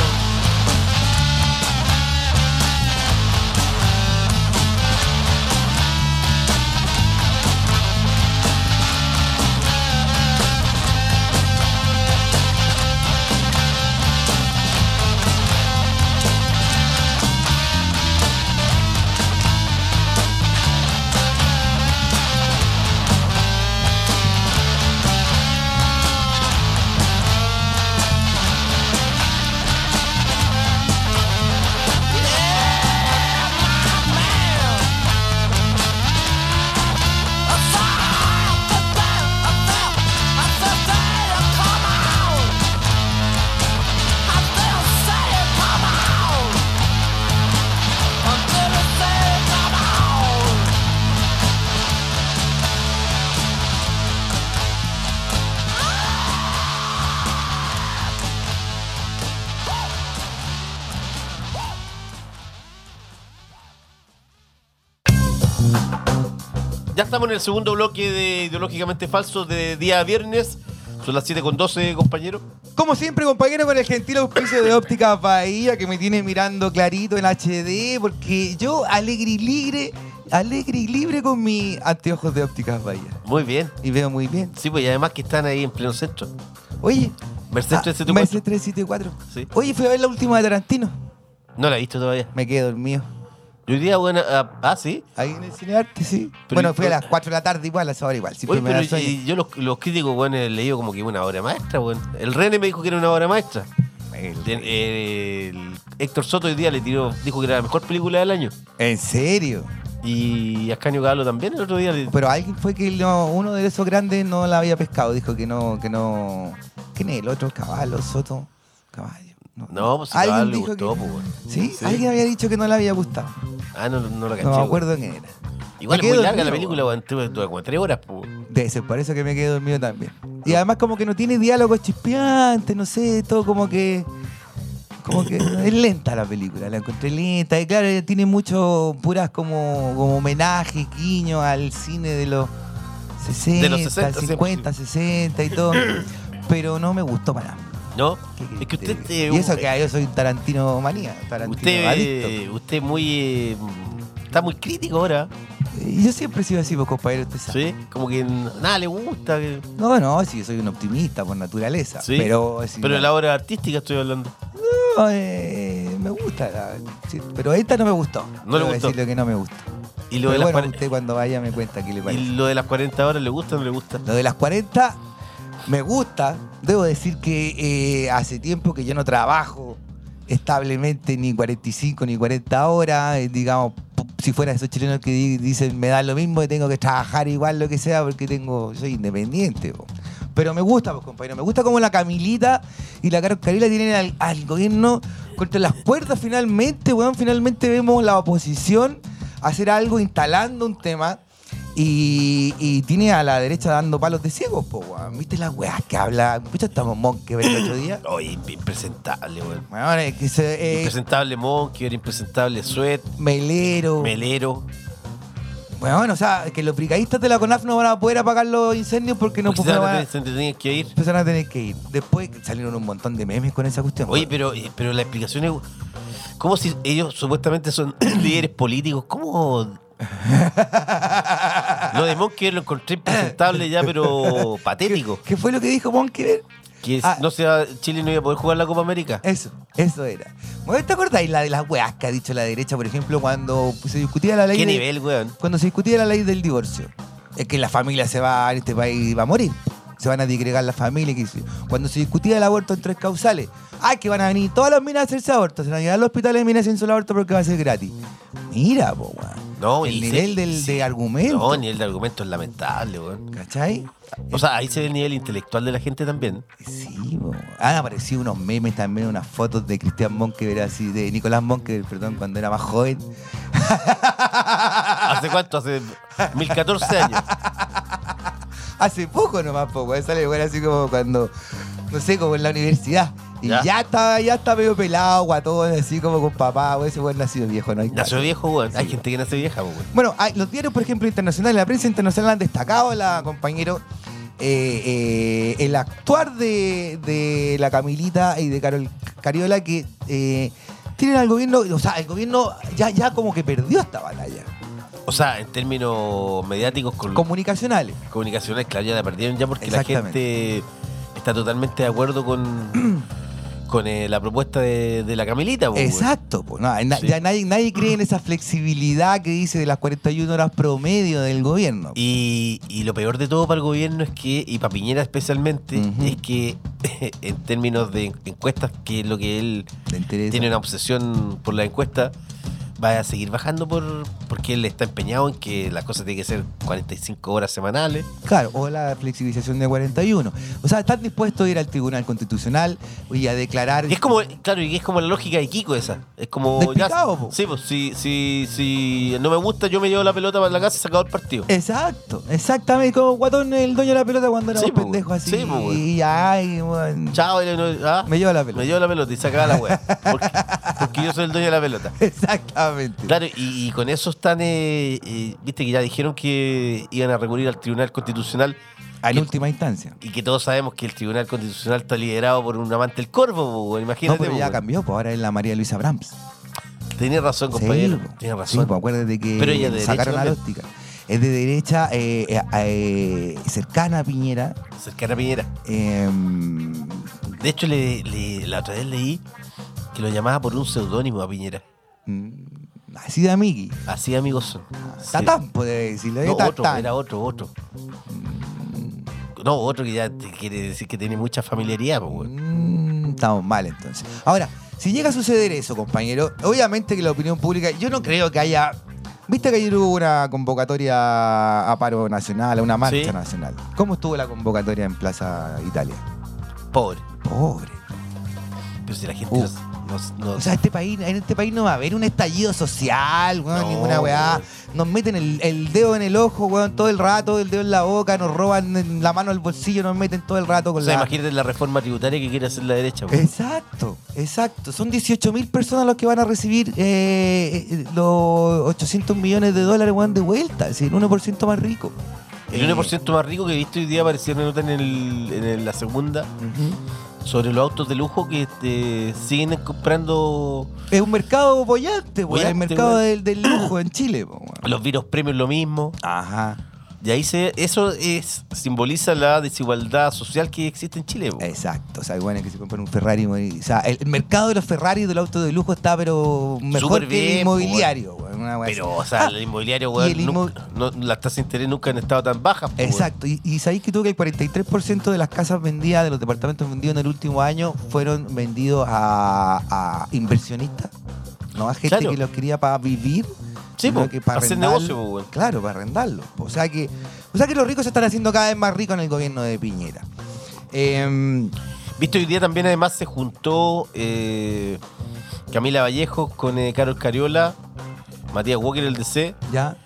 Ya estamos en el segundo bloque de Ideológicamente Falso de día viernes. Son las siete con doce, compañero. Como siempre, compañero, con el gentil auspicio de Óptica Bahía, que me tiene mirando clarito en H D, porque yo alegre y libre, alegre y libre con mis anteojos de Ópticas Bahía. Muy bien. Y veo muy bien. Sí, pues y además que están ahí en pleno centro. Oye. Mercedes ah, trescientos setenta y cuatro. Mercedes trescientos setenta y cuatro. Sí. Oye, fui a ver la última de Tarantino. No la he visto todavía. Me quedé dormido. Yo hoy día, bueno, ah, ah, ¿sí? Ahí en el cine arte, sí. Pero- bueno, fui a las cuatro de la tarde igual, a esa hora igual. Siempre Oye, me pero da sueño. y yo los, los críticos, bueno, he leído como que una obra maestra, bueno. El René me dijo que era una obra maestra. El- El, el Héctor Soto hoy día le tiró, dijo que era la mejor película del año. ¿En serio? Y Ascanio Caballo también el otro día. le- Pero alguien fue que no- uno de esos grandes no la había pescado. Dijo que no, que no. ¿Quién es el otro? Caballo, Soto. Caballo. No, pues si alguien Caballo le dijo gustó, que- pues, bueno. ¿Sí? Sí. Alguien había dicho que no le había gustado. Ah, no, no lo caché. No me weón. acuerdo quién era. Igual Me es muy quedé larga la dormido, película, weón. Tuve tuve como tres horas, pues. Debe ser por eso que me quedé dormido también. Y además como que no tiene diálogos chispeantes, no sé, todo como que... Como que es lenta la película, la encontré lenta. Y claro, tiene mucho, puras como, como homenajes, guiños al cine de los sesenta, De los sesenta, cincuenta, sesenta y todo. Pero no me gustó para nada. ¿No? ¿Qué Es que querés usted... te diga? eh, y eso que yo soy Tarantino manía, Tarantino Usted, adicto. eh, usted muy... eh, está muy crítico ahora, Y yo siempre he sido así, pues, compañero, usted sabe. ¿sí? Como que n- nada le gusta. que- No, no, sí, yo soy un optimista por naturaleza. ¿Sí? Pero, sí, Pero no. de la obra artística estoy hablando. No, eh, me gusta, la- sí, pero esta no me gustó. No le Debo gustó. decir lo que no me gusta. Y lo, de Pero las bueno, cuare- usted cuando vaya me cuenta qué le parece. y lo de las cuarenta horas le gusta o no le gusta. Lo de las cuarenta me gusta. Debo decir que eh, hace tiempo que yo no trabajo establemente ni cuarenta y cinco ni cuarenta horas. eh, digamos, p- si fuera esos chilenos que di- dicen me da lo mismo y tengo que trabajar igual lo que sea porque tengo soy independiente. Po. Pero me gusta, pues, compañero. Me gusta como la Camilita y la Carol Carila tienen al, al gobierno contra las cuerdas finalmente, weón. Finalmente vemos la oposición hacer algo instalando un tema. Y, y tiene a la derecha dando palos de ciegos, po, weón. ¿Viste las weas que habla? Escucha, estamos Monkever el otro día. Oye, impresentable, weón. Weón, es que se, eh, Impresentable Monkey, impresentable Sweat, Melero. Melero. Weón, o sea, que los brigadistas de la CONAF no van a poder apagar los incendios porque no, Porque pues, se no van a van a, tener- se tenían que ir. pues van a tener que ir. Después salieron un montón de memes con esa cuestión. Oye, weón. pero, eh, pero la explicación es... ¿Cómo si ellos supuestamente son líderes políticos? ¿Cómo...? Lo de Monkey lo encontré impresentable ya, pero patético. ¿Qué fue lo que dijo Monkever? Que Ah. no sea Chile no iba a poder jugar la Copa América. Eso, eso era. Bueno, ¿te acordáis la de las weas que ha dicho la derecha, por ejemplo, cuando se discutía la ley ¿Qué de- nivel, weón? cuando se discutía la ley del divorcio? Es que la familia se va, en este país va a morir. Se van a digregar las familias. que- Cuando se discutía el aborto en tres causales, ay, que van a venir todas las minas a hacerse aborto. Se van a llegar a los hospitales de minas haciendo el aborto porque va a ser gratis. Mira, po, weón. No, El y nivel se- del, sí. de argumento. No, el nivel de argumento es lamentable, weón. ¿Cachai? O sea, ahí se ve el nivel intelectual de la gente también. Sí, po. Han aparecido unos memes también, unas fotos de Cristian Monkever, así, de Nicolás Monkever, perdón, cuando era más joven. ¿Hace cuánto? Hace mil catorce años. Hace poco nomás, poco. Sale bueno, así como cuando, no sé, como en la universidad. Y Ya. ya, está, ya está medio pelado, guatón, así como con papá, güey. Ese güey nacido viejo, ¿no? Hay Nació tanto. viejo, weón. Hay Sí, gente que nace vieja, weón. Bueno, hay- los diarios, por ejemplo, internacionales, la prensa internacional han destacado, la compañero, eh, eh, el actuar de, de la Camilita y de Carol Cariola que eh, tienen al gobierno, o sea, el gobierno ya, ya como que perdió esta batalla. O sea, en términos mediáticos, con Comunicacionales. comunicaciones, claro, ya la perdieron ya porque la Exactamente. gente está totalmente de acuerdo con, con eh, la propuesta de, de la Camilita, po, weón. Exacto, pues, no, na- Sí. ya nadie, nadie cree en esa flexibilidad que dice de las cuarenta y una horas promedio del gobierno. Y, y lo peor de todo para el gobierno es que, y para Piñera especialmente, Ujú. es que en términos de encuestas, que es lo que él ¿Te interesa? tiene una obsesión por la encuesta, va a seguir bajando por porque él está empeñado en que las cosas tienen que ser cuarenta y cinco horas semanales. Claro, o la flexibilización de cuarenta y uno. O sea, están dispuestos a ir al Tribunal Constitucional y a declarar... Y es como, claro, y es como la lógica de Kiko esa. Es como... Despicado, po. sí, pues si, si, si no me gusta, yo me llevo la pelota para la casa y se acabó el partido. Exacto, exactamente, como Guatón, el dueño de la pelota cuando era Sí, un po, pendejo así. sí, po, güey. y ay, bueno, Chao, y no- ah, me llevo la pelota. me llevo la pelota y se acaba la wea. Porque, porque yo soy el dueño de la pelota. Exactamente. Claro, y, y con eso están, eh, eh, viste que ya dijeron que iban a recurrir al Tribunal Constitucional En que- última instancia. y que todos sabemos que el Tribunal Constitucional está liderado por un amante del corvo, po, weón, No, imagínate. pero po, ya weón. cambió, pues ahora es la María Luisa Brahms. Tenía razón, compañero. Sí, po. Tiene Sí, razón. pues acuérdate que Pero ella es de sacaron a derecha la óptica. Es de derecha, eh, eh, eh, cercana a Piñera. Cercana a Piñera. eh, De hecho, le, le- la otra vez leí que lo llamaba por un seudónimo a Piñera. Mm, así de amigui. Así de amigos son. Tatán, puede decirle. No, Tatán. otro, era otro, otro. No, otro que ya te quiere decir que tiene mucha familiaridad, pues, weón. Mm, estamos mal entonces. Ahora, si llega a suceder eso, compañero, obviamente que la opinión pública, yo no creo que haya... ¿Viste que ayer hubo una convocatoria a paro nacional, a una marcha Sí. nacional? ¿Cómo estuvo la convocatoria en Plaza Italia? Pobre. Pobre. Pero si la gente Uh. no, no- no- O sea, este país, en este país no va a haber un estallido social, weón, No, ninguna weá. Nos meten el, el dedo en el ojo, weón, todo el rato, el dedo en la boca, nos roban en la mano al bolsillo, nos meten todo el rato con o sea, la... imagínate la reforma tributaria que quiere hacer la derecha, weón. Exacto, exacto. Son dieciocho mil personas los que van a recibir eh, eh, los ochocientos millones de dólares, weón, de vuelta. Es decir, el uno por ciento más rico. El uno por ciento más rico que he visto hoy día apareció una nota en, el, en el- la segunda Ujú. sobre los autos de lujo que este, siguen comprando Es un mercado bollante, weón. El Bollante, mercado weón. del, del lujo en Chile, po, weón. los virus premios, lo mismo. Ajá. Y ahí se, eso es, simboliza la desigualdad social que existe en Chile, po. Exacto. O sea, hay weones que se compran un Ferrari. O sea, el, el mercado de los Ferrari y del auto de lujo está, pero mejor Súper que el bien, inmobiliario, weón. Una weá Pero, así. o sea, Ah, el inmobiliario, y weón, el nunca- no, las tasas de interés nunca han estado tan bajas, po, weón. Exacto, y, y sabéis que tú que el cuarenta y tres por ciento de las casas vendidas, de los departamentos vendidos en el último año, fueron vendidos a, a inversionistas, no a gente Claro. que los quería para vivir, Sí, sino po, que para hacer arrendar- negocio, po, weón. Claro, para arrendarlo. O sea que, o sea que los ricos se están haciendo cada vez más ricos en el gobierno de Piñera. Em, Viste, hoy día también además se juntó eh, Camila Vallejo con eh, Carol Cariola, Matías Walker, el D C, ya,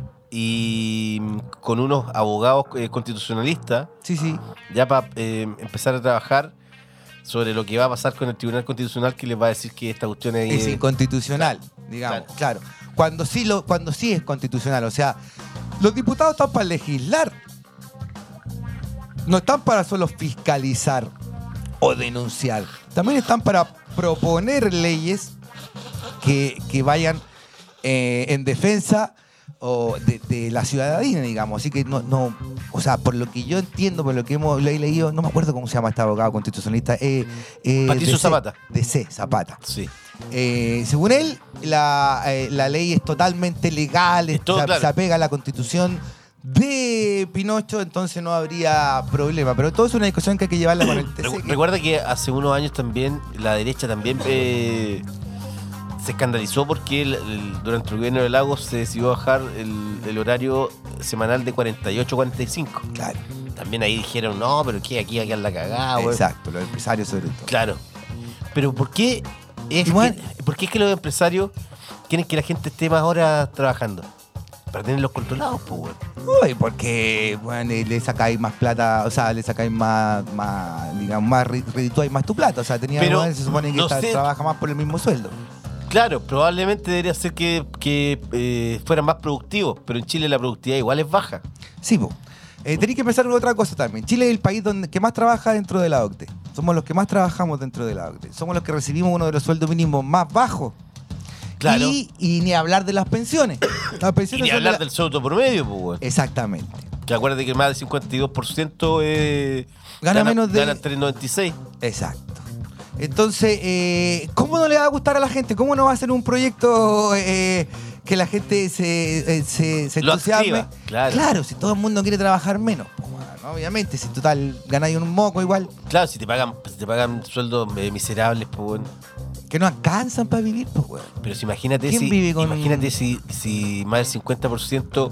y mm, con unos abogados eh, constitucionalistas, sí, sí. ya para empezar a trabajar sobre lo que va a pasar con el Tribunal Constitucional, que les va a decir que esta cuestión es... Es inconstitucional, digamos, claro. Cuando sí, lo, cuando sí es constitucional, o sea, los diputados están para legislar, no están para solo fiscalizar o denunciar, también están para proponer leyes que, que vayan eh, en defensa o de, de la ciudadanía, digamos. Así que no, no, o sea, por lo que yo entiendo, por lo que hemos lo he leído, no me acuerdo cómo se llama este abogado constitucionalista. Eh, eh, Patricio D C, Zapata. D C, Zapata. Sí. Eh, según él, la, eh, la ley es totalmente legal, Es todo se, claro. se apega a la constitución de Pinocho, entonces no habría problema. Pero todo es una discusión que hay que llevarla con el T C. Recu- que- Recuerda que hace unos años también la derecha también eh, se escandalizó porque el- el- durante el gobierno de Lagos se decidió bajar el, el horario semanal de cuarenta y ocho a cuarenta y cinco. Claro, También ahí dijeron, no, pero ¿qué? Aquí va a quedar la cagada, weón. exacto, los empresarios sobre todo. Claro. Pero ¿por qué es Igual- que, ¿por qué es que los empresarios quieren que la gente esté más horas trabajando? Para tenerlos controlados, pues, weón. Uy, porque bueno, le le sacáis más plata, o sea, le sacáis más, más digamos, más ri- redituáis más tu plata. O sea, tenía Pero, bueno, se supone que no esta- sé. trabaja más por el mismo sueldo. Claro, probablemente debería ser que, que eh, fueran más productivos, pero en Chile la productividad igual es baja. Sí, po. Eh, tenéis que pensar en otra cosa también. Chile es el país donde, que más trabaja dentro de la O C D E. Somos los que más trabajamos dentro de la O C D E. Somos los que recibimos uno de los sueldos mínimos más bajos. Claro. Y, y ni hablar de las pensiones. Las Y pensiones ni son de hablar la- del sueldo promedio, pues, weón. Exactamente. Que acuérdate que más del cincuenta y dos por ciento eh, Gana menos de- Gana tres noventa y seis. Exacto. Entonces, eh, ¿cómo no le va a gustar a la gente? ¿Cómo no va a ser un proyecto eh, que la gente se, eh, se, se Lo entusiasme? activa, claro. si todo el mundo quiere trabajar menos. po, ¿no? Obviamente, si total ganáis un moco igual, Claro, si te pagan, si te pagan sueldos eh, miserables, pues, weón. que no alcanzan para vivir, pues, weón. Pero si imagínate ¿Quién si, vive con- imagínate si, si más del cincuenta por ciento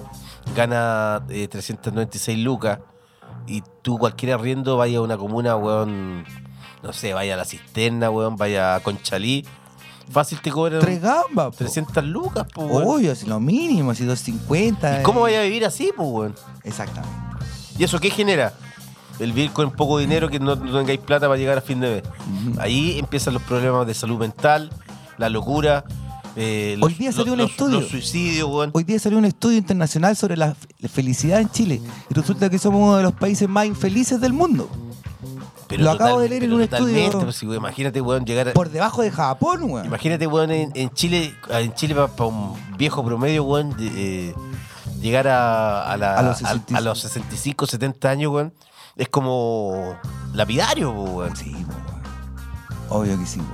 gana eh, trescientas noventa y seis lucas y tú cualquier arriendo vaya a una comuna, weón, no sé, vaya a La Cisterna, weón, vaya a Conchalí, fácil te cobran Tres gambas, po. trescientas lucas, pues, weón. Obvio, así lo mínimo, así doscientos cincuenta. ¿Y cómo eh. vaya a vivir así, pues, weón? Exactamente. ¿Y eso qué genera? El vivir con poco dinero, que no, no tengáis plata para llegar a fin de mes. Ahí empiezan los problemas de salud mental, la locura. eh, Hoy día salió un los, estudio. Los suicidios, weón. Hoy día salió un estudio internacional sobre la f- felicidad en Chile y resulta que somos uno de los países más infelices del mundo. lo acabo de leer en pero un totalmente, estudio. pues, si, weón, imagínate, weón, llegar a, Por debajo de Japón, weón. Imagínate, weón, en, en Chile, en Chile para un viejo promedio, weón, de, eh, llegar a, a, la- A los a- sesenta y cinco. a los sesenta y cinco, setenta años, weón, es como lapidario, weón. Sí, po, weón. Obvio que sí, po, weón.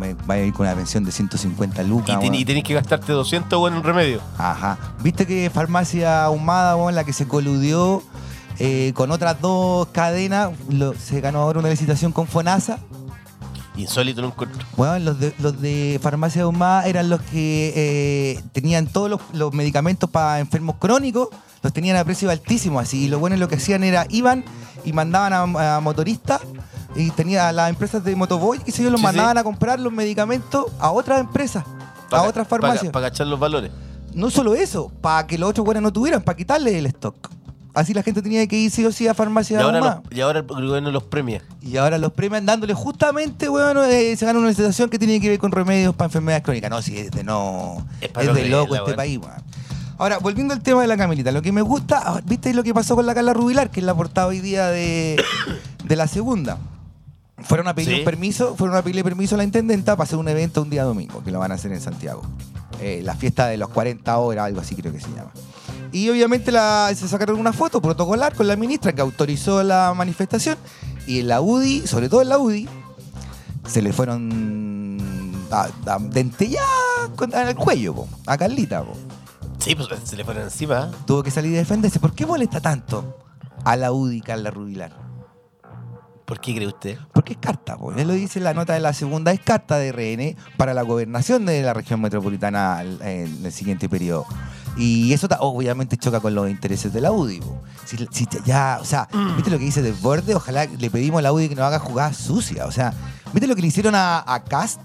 me- va a ir con una pensión de ciento cincuenta lucas. Y, ten- weón. y tenés que gastarte doscientos weón, en un remedio. Ajá. ¿Viste que Farmacia Ahumada, weón, la que se coludió eh, con otras dos cadenas, lo- se ganó ahora una licitación con FONASA? Insólito lo encuentro. Bueno, los de, los de Farmacia Ahumada eran los que eh, tenían todos los, los medicamentos para enfermos crónicos, los tenían a precios altísimos, así. Y lo bueno lo que hacían era, iban y mandaban a, a motoristas y tenía las empresas de motoboy, que se yo, los Sí, mandaban sí. a comprar los medicamentos a otras empresas, a otras farmacias. Para cachar los valores. No solo eso, para que los otros buenos no tuvieran, para quitarle el stock. Así la gente tenía que ir sí o sí a Y Farmacia ahora, Ahumada. los- y ahora el gobierno los premia. Y ahora los premian dándole justamente, bueno, eh, se gana una licitación que tiene que ver con remedios para enfermedades crónicas. No, si es de no. Es Es, para no de creerla, loco este weón. país, weón. Ahora, volviendo al tema de la Camilita, lo que me gusta, ah, ¿viste lo que pasó con la Carla Rubilar? Que es la portada hoy día de, de la segunda. Fueron a pedir Sí. un permiso, fueron a pedirle permiso a la intendenta para hacer un evento un día domingo, que lo van a hacer en Santiago. Eh, la fiesta de los cuarenta horas, algo así creo que se llama. Y obviamente la, se sacaron una foto protocolar con la ministra que autorizó la manifestación. Y en la U D I, sobre todo en la U D I, se le fueron a, a dentellar con- al cuello, po, a Carlita. Po. Sí, pues se le fueron encima. ¿eh? Tuvo que salir a defenderse. ¿Por qué molesta tanto a la U D I Carla Rubilar? ¿Por qué cree usted? Porque es carta, po. Él lo dice en la nota de la segunda, es carta de R N para la gobernación de la región metropolitana en el siguiente periodo. Y eso ta- obviamente choca con los intereses de la U D I. Po. Si, si ya, o sea, ¿viste lo que dice Desborde? Ojalá le pedimos a la U D I que no haga jugadas sucias. O sea, ¿viste lo que le hicieron a, a Cast?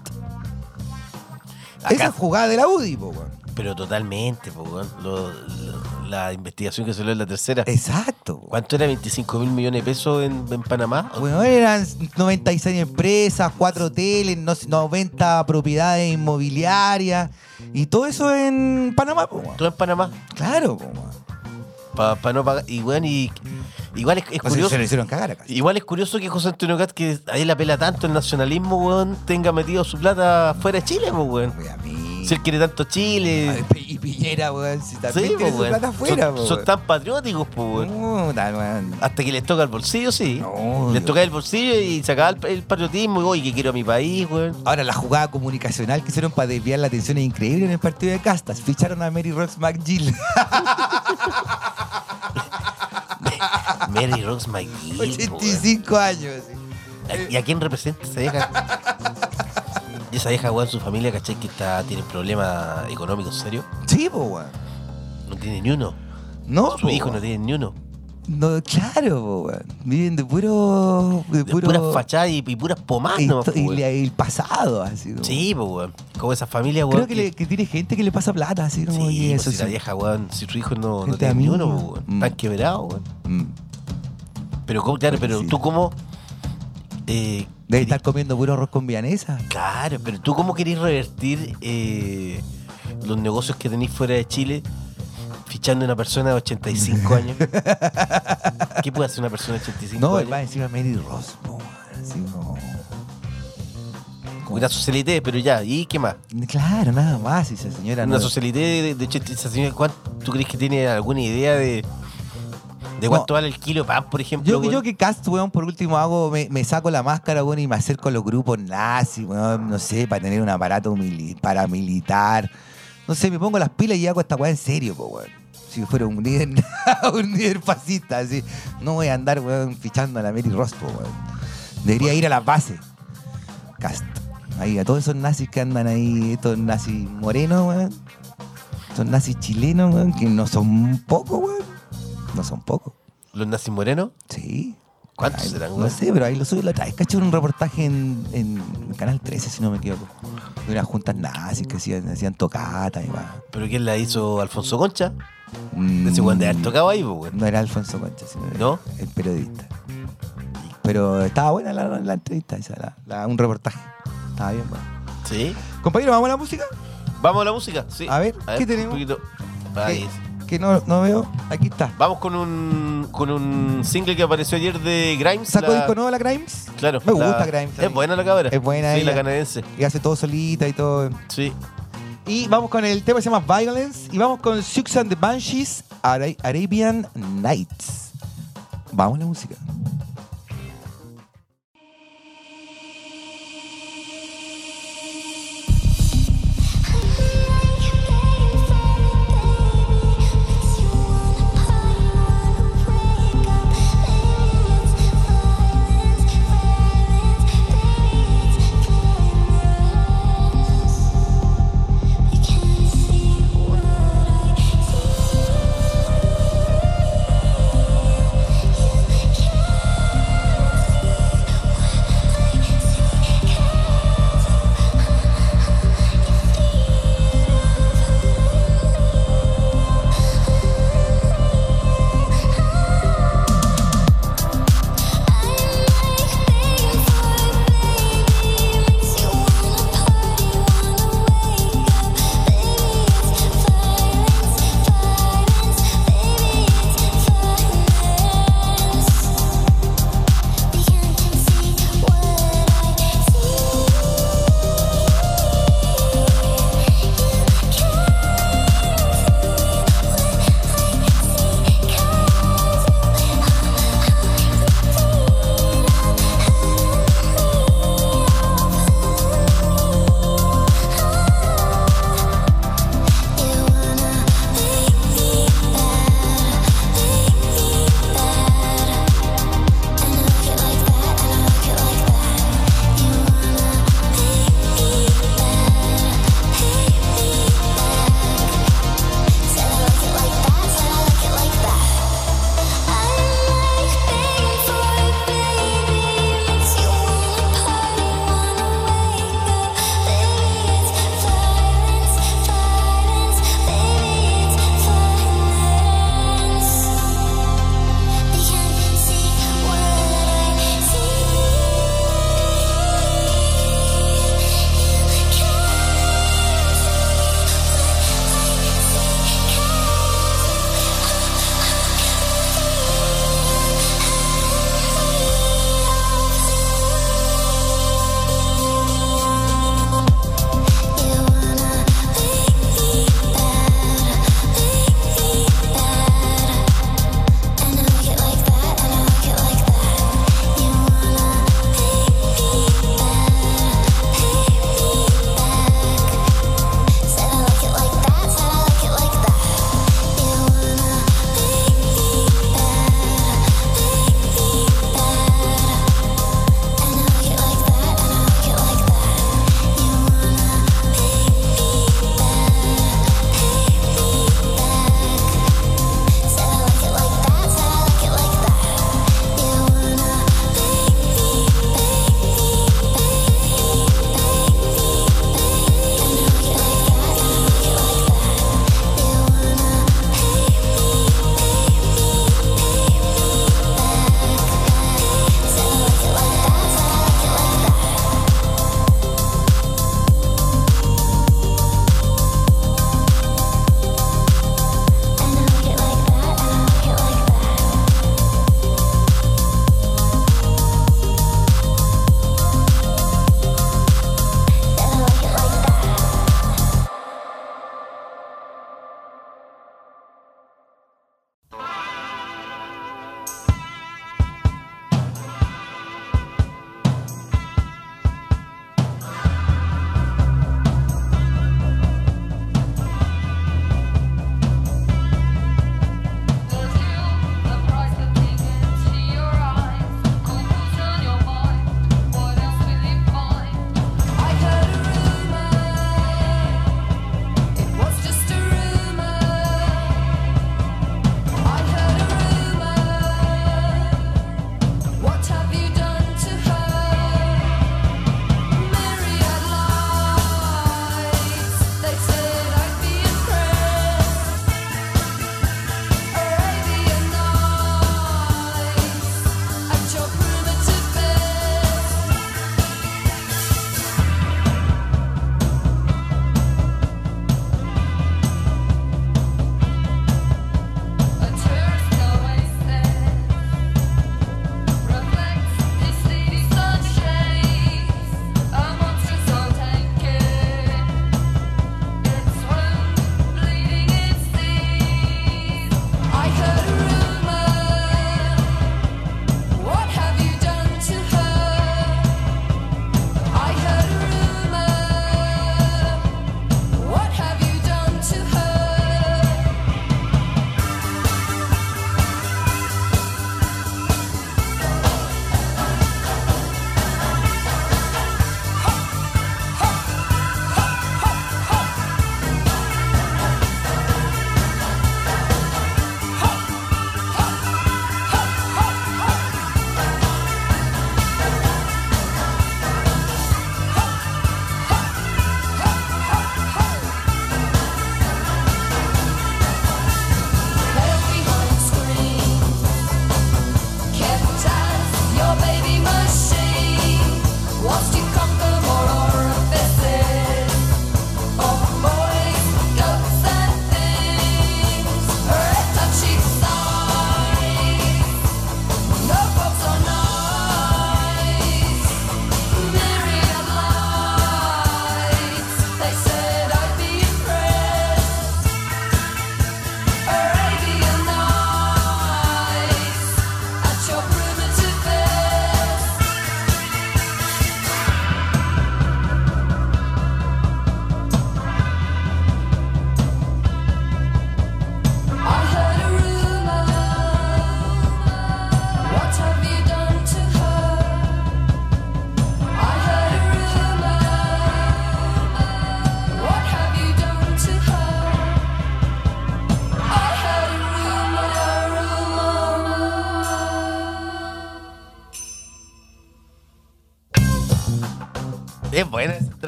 A Esa Kast. jugada de la U D I, po, weón. Pero totalmente, po, weón. Lo- lo- la investigación que salió en la tercera. Exacto. po. ¿Cuánto era? ¿veinticinco mil millones de pesos en, en Panamá? Bueno, eran noventa y seis empresas, cuatro hoteles, no sé, noventa propiedades inmobiliarias y todo eso en Panamá, po, weón. ¿Todo en Panamá? Claro, po, weón. Para no pagar. Y, weón, y, igual es, es O sea, curioso. se le hicieron cagar acá. Igual es curioso que José Antonio Cast, que a él la pela tanto el nacionalismo, weón, tenga metido su plata fuera de Chile, pues, weón. Oye, a mí. Si él quiere tanto Chile. Ay, Pi- Y Piñera, weón, si también Sí, tiene pues, su weón. plata afuera, son, po, son weón. tan patrióticos, pues, weón. Puta, weón. Hasta que les toca el bolsillo, sí. No, les Dios. toca el bolsillo y sacar el, el patriotismo y, oye, que quiero a mi país, weón. Ahora, la jugada comunicacional que hicieron para desviar la atención es increíble en el partido de Castas. Ficharon a Mary Rose McGill. Mary Rose McGill, po, ochenta y weón. cinco años. así. ¿Y a quién representa esa vieja? Y esa vieja, weón, su familia, ¿cachai? Que está, tiene problemas económicos serios. Sí, po, weón. No tiene ni uno. No, Su po, hijo no weón. tiene ni uno. No, claro, po, weón. Viven de puro. De, De puro. puras fachadas y, y puras pomadas, y, nomás, po, y weón. la- el pasado, así. ¿no? Sí, pues, weón. Como esa familia, weón. Creo que, le- que tiene gente que le pasa plata, así como Sí, que pues, eso si la sí. vieja, weón, si su hijo no, no Gente tiene ni amiga. uno, pues, weón. Mm. Están quebrados, weón. Mm. Pero, ¿cómo, claro, pero Sí. tú cómo... Eh, Debe querís- estar comiendo puro arroz con vianesa. Claro, pero tú cómo querés revertir eh, los negocios que tenéis fuera de Chile fichando a una persona de ochenta y cinco años. ¿Qué puede hacer una persona de ochenta y cinco No, años? va encima Mary Ross, po, weón, así como. como- Una socialité, pero ya, ¿y qué más? Claro, nada más, esa señora Una no. socialité de, de ochenta, esa señora, ¿cuánto, ¿tú crees que tiene alguna idea de, de cuánto No. vale el kilo de pan, por ejemplo? Yo, weón? yo que cast, weón, por último hago, me, me saco la máscara, weón, y me acerco a los grupos nazis, weón, no sé, para tener un aparato mili- paramilitar. No sé, me pongo las pilas y hago esta weá en serio, po, weón. Si fuera un líder, un líder fascista, así. No voy a andar, weón, fichando a la Mary Ross, po, weón. Debería ir a la base. Cast. Ahí, a todos esos nazis que andan ahí, estos nazis morenos, weón. Estos nazis chilenos, weón, que no son pocos, weón. No son pocos. ¿Los nazis morenos? Sí. ¿Cuántos Ay, serán, No weón? sé, pero ahí lo subo la otra vez. Cacho un reportaje en, en Canal trece, si no me equivoco. De unas juntas nazis que hacían, hacían tocatas y va. ¿Pero quién la hizo? ¿Alfonso Concha? Mm, Ese weón de haber tocado ahí, pues, weón. No era Alfonso Concha, sino era ¿No? el periodista. Pero estaba buena la, la entrevista, esa, la- la- un reportaje. Estaba bien, bueno. Sí. Compañero, ¿vamos a la música? ¿Vamos a la música? Sí. A ver, ¿qué tenemos? Un poquito. Ahí Que, es. que no, no veo. Aquí está. Vamos con un, con un single que apareció ayer de Grimes. ¿Sacó la- disco nuevo la Grimes? Claro. Me la- gusta Grimes. a Es mí. buena la cabra. Es buena Sí, ella. la canadiense. Y hace todo solita y todo. Sí. Y vamos con el tema que se llama Violence. Y vamos con Six and the Banshees, Ara- Arabian Nights. Vamos a la música.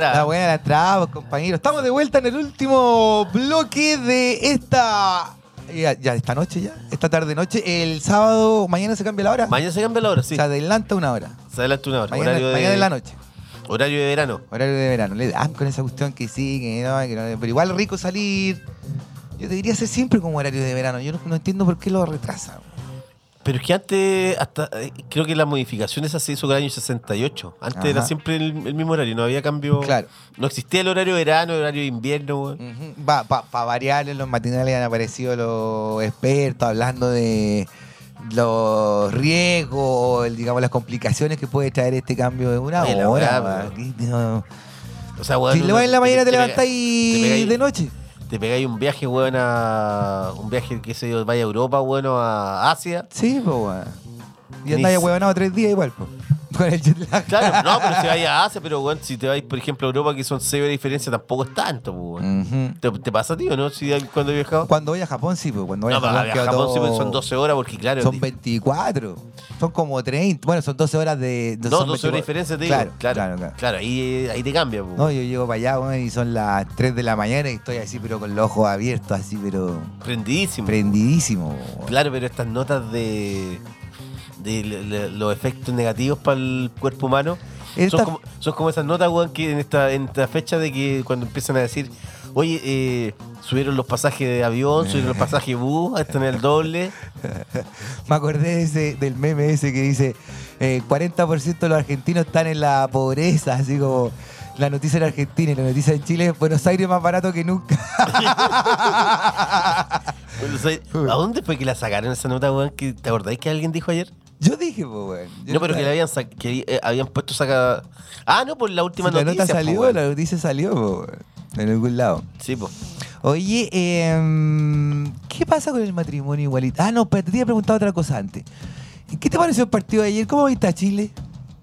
entrada. La buena la entrada, pues, compañeros. Estamos de vuelta en el último bloque de esta... Ya, ya esta noche ya, esta tarde noche. El sábado, mañana se cambia la hora. Mañana se cambia la hora, sí. Se adelanta una hora. Se adelanta una hora. Mañana, horario de, mañana en la noche. Horario de verano. Horario de verano. Le dan con esa cuestión que sí, que no, que no. Pero igual rico salir. Yo debería ser siempre como horario de verano. Yo no, no entiendo por qué lo retrasan. Pero es que antes, hasta eh, creo que las modificaciones se hizo con el año sesenta y ocho. Antes Ajá. era siempre el, el mismo horario, no había cambio. Claro. No existía el horario de verano, el horario de invierno, weón. Uh-huh. Para pa, pa variar, en los matinales han aparecido los expertos hablando de los riesgos, el, digamos, las complicaciones que puede traer este cambio de una Ay, la hora. weá, ma. Aquí, no. O sea, weón, Si uno- lo vas en la mañana te, pega- levantáis te pegáis- de noche. Te pegáis un viaje, weón, a. Un viaje, que se yo, vaya a Europa, bueno, a Asia. Sí, pues, weón. Y Ni andáis s- huevonado tres días igual, pues. Con el jet lag. Claro, no, pero si vais a Asia, pero weón, si te vais, por ejemplo, a Europa, que son seis horas de diferencia, tampoco es tanto, pues, weón. Ujú. ¿Te, te pasa a ti o no? Si, cuando he viajado. Cuando voy a Japón, sí, pues. Cuando voy No, a para Japón, viajar a quedo Japón sí, todo- pues, son doce horas, porque claro. Son di- veinticuatro. Son como treinta. Bueno, son doce horas de. No, son doce horas de veinticuatro. diferencia, te digo. Claro, Claro, claro, claro. claro. ahí, ahí te cambia, pues. No, yo llego para allá, weón, y son las tres de la mañana y estoy así, pero con los ojos abiertos, así, pero Prendidísimo. prendidísimo. weón. Claro, pero estas notas de, de le- le- los efectos negativos para el cuerpo humano Esta- son como, son como esas notas, weón, que en esta, en esta fecha de que cuando empiezan a decir, oye, eh, subieron los pasajes de avión, subieron los pasajes de bus, están en el doble. Me acordé de ese, del meme ese que dice eh, cuarenta por ciento de los argentinos están en la pobreza, así como la noticia en Argentina y la noticia en Chile, Buenos Aires más barato que nunca. Bueno, o sea, ¿a dónde fue que la sacaron esa nota, weón? Que, ¿te acordáis que alguien dijo ayer? Yo dije, pues, weón. Yo No, pero estaba- que le habían, sa- que, eh, habían puesto saca. Ah, no, por la última si la noticia. nota po, salió, weón. la noticia salió, pues, weón, en algún lado. Sí, pues. Oye, eh, ¿qué pasa con el matrimonio igualitario? Ah, no, pero te había preguntado otra cosa antes. ¿Qué te pareció el partido de ayer? ¿Cómo viste a Chile?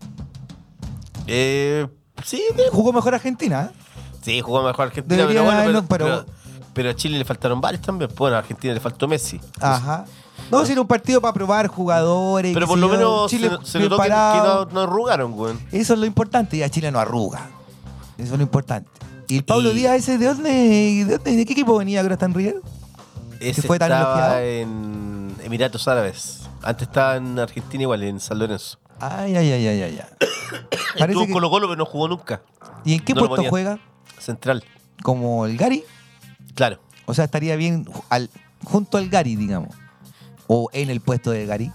Eh, sí, de- Jugó mejor Argentina, ¿eh? sí, jugó mejor Argentina, Debería pero bueno, pero, haberlo, pero- pero, pero a Chile le faltaron varios también. Bueno, a Argentina le faltó Messi. Ajá. No, si era un partido para probar jugadores. Pero qué por sé lo yo. menos Chile se, se bien notó que, que parado. no, no arrugaron, weón. Eso es lo importante, y a Chile no arruga. Eso es lo importante. ¿Y el Pablo Y- Díaz ese de dónde, de dónde- de qué equipo venía Grostan River? Ese fue tan estaba elogiado? en Emiratos Árabes. Antes estaba en Argentina igual, en San Lorenzo. Ay, ay, ay, ay, ay. ay. Estuvo Parece en que- Colo Colo, pero no jugó nunca. ¿Y en qué no lo puesto ponía. juega? Central. ¿Como el Gary? Claro. O sea, estaría bien ju- al, junto al Gary, digamos. O en el puesto de Gary.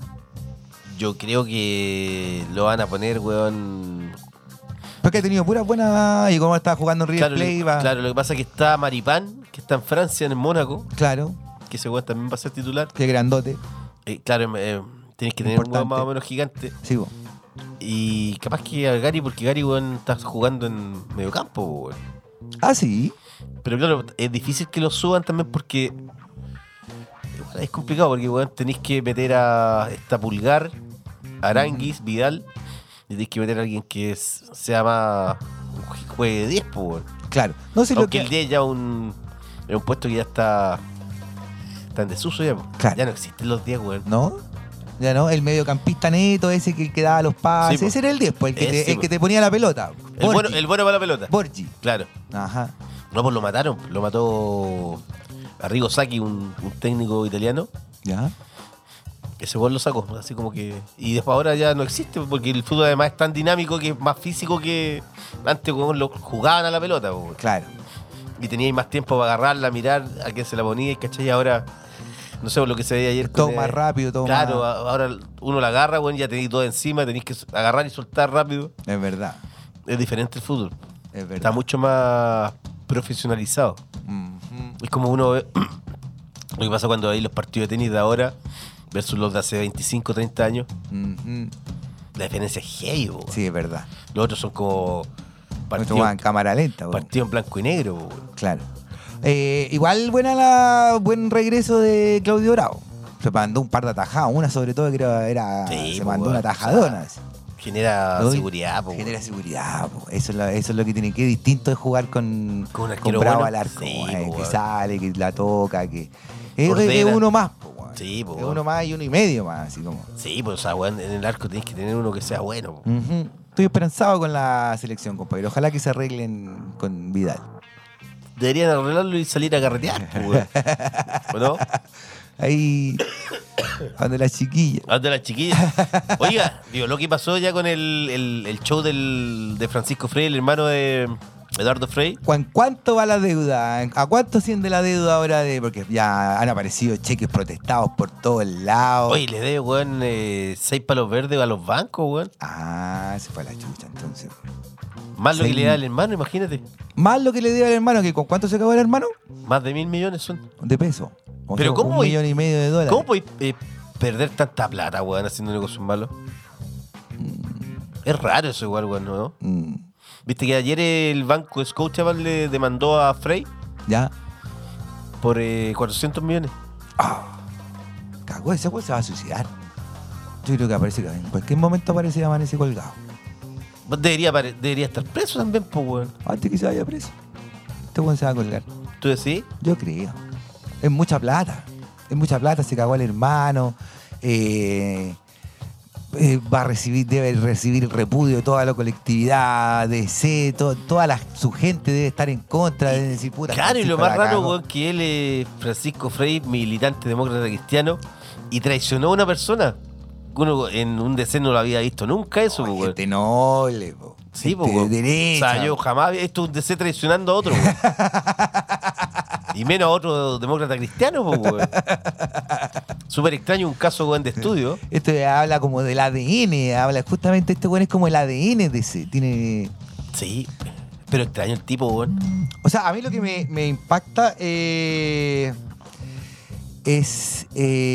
Yo creo que lo van a poner, weón. Porque ha tenido puras buenas. Y como estaba jugando en River Claro, Plate, lo, va. claro, lo que pasa es que está Maripán, que está en Francia, en Mónaco, Claro, que ese weón también va a ser titular. qué grandote. Eh, claro, eh, tienes que tener un weón Importante. más o menos gigante. Sí, bo. Y capaz que a Gary, porque Gary, weón, está jugando en mediocampo, weón. Ah, sí. Pero claro, es difícil que lo suban también porque igual es complicado porque weón, tenéis que meter a esta Pulgar, Aranguis, Vidal, y tenéis que meter a alguien que es- sea más que juegue diez, pues, weón. Claro. No sé lo Aunque que. el diez ya un, es un puesto que ya está, está en desuso ya, po. Claro. Ya no existen los diez, weón. ¿No? Ya no, el mediocampista neto, ese que, que daba los pases. Sí, po. ese era el diez, pues, el, que Ese, te, el po. que te ponía la pelota. El bueno, Borgi. el bueno para la pelota. Borgi. Claro. Ajá. No, pues lo mataron. Lo mató Arrigo Sacchi, un, un técnico italiano. Ya. Ese gol lo sacó, así como que. Y después ahora ya no existe, porque el fútbol además es tan dinámico que es más físico que antes weón, lo jugaban a la pelota, weón. Claro. Y teníais más tiempo para agarrarla, mirar a quién se la ponía, ¿cachai? Y ahora, no sé, por lo que se veía ayer. Todo con, más eh, rápido, todo Claro, más. a- ahora uno la agarra, weón, ya tenéis todo encima, tenéis que agarrar y soltar rápido. Es verdad. Es diferente el fútbol. Es Está verdad. mucho más profesionalizado. Ujú. Es como uno ve lo que pasa cuando hay los partidos de tenis de ahora versus los de hace veinticinco, treinta años. Ujú. La diferencia es heavy, weón. Sí, es verdad. Los otros son como Mucho partidos más en cámara lenta, weón. partido en blanco y negro, weón. Claro. Eh, igual buena la buen regreso de Claudio Bravo. Se mandó un par de atajadas, una sobre todo que era, era Sí, se po, mandó weón. una atajadona. O sea, Genera Lo- seguridad, po, Genera weón. seguridad, po. Eso es, lo, eso es lo que tiene que distinto de jugar con, Con un arquero Bravo bueno. al arco, Sí, weón, po, que weón. sale, que la toca, que es, Ordena. es uno más, po, weón. Sí, po, es weón. uno más y uno y medio más, así como. Sí, pues o sea, weón, en el arco tienes que tener uno que sea bueno, po. Ujú. estoy esperanzado con la selección, compadre. Ojalá que se arreglen con Vidal. Deberían arreglarlo y salir a carretear, pues, weón. ¿O no? Ahí, donde la chiquilla. Ah, de las chiquillas. Oiga, digo, lo que pasó ya con el, el, el show del, de Francisco Frey, el hermano de Eduardo Frey. ¿Cuán- ¿Cuánto va la deuda? ¿A cuánto asciende la deuda ahora? de Porque ya han aparecido cheques protestados por todos lados. Oye, le debe, weón, eh, seis palos verdes a los bancos, weón. Ah, se fue a la chucha entonces. Más lo Seis que le da mil. al hermano, imagínate. Más lo que le debe al hermano, que ¿con cuánto se acabó el hermano? Más de mil millones son. De peso. O Pero sea, ¿cómo un voy- millón y medio de dólares. ¿Cómo podéis eh, perder tanta plata, weón, haciendo negocios malos? Es raro eso igual, weón, ¿no? Mm, Viste que ayer el banco Scotiabank le demandó a Frey ya. por eh, cuatrocientos millones. Cagó, ese güey se va a suicidar. Yo creo que aparece que en cualquier momento aparece y amanece colgado. Debería, pare- debería estar preso también, pues, weón. Antes que se vaya preso. Este güey se va a colgar. ¿Tú decís? Yo creo. Es mucha plata. Es mucha plata. Se cagó el hermano. Eh, eh, va a recibir, debe recibir el repudio de toda la colectividad, D C, to- toda la, su gente debe estar en contra, debe decir puta. Claro, y lo Francisco más la raro, cagó. weón, que él es Francisco Frey, militante demócrata cristiano, y traicionó a una persona. Uno en un D C no lo había visto nunca eso, Oye, weón. gente noble, po. Sí, Gente po, weón. de derecha. O sea, yo jamás había visto un D C traicionando a otro, weón. Y menos a otro demócrata cristiano, po, weón. Súper extraño un caso, weón, de estudio. Esto habla como del A D N, habla justamente este weón es como el A D N de ese. Tiene. Sí, pero extraño el tipo, weón. O sea, a mí lo que me, me impacta eh, es,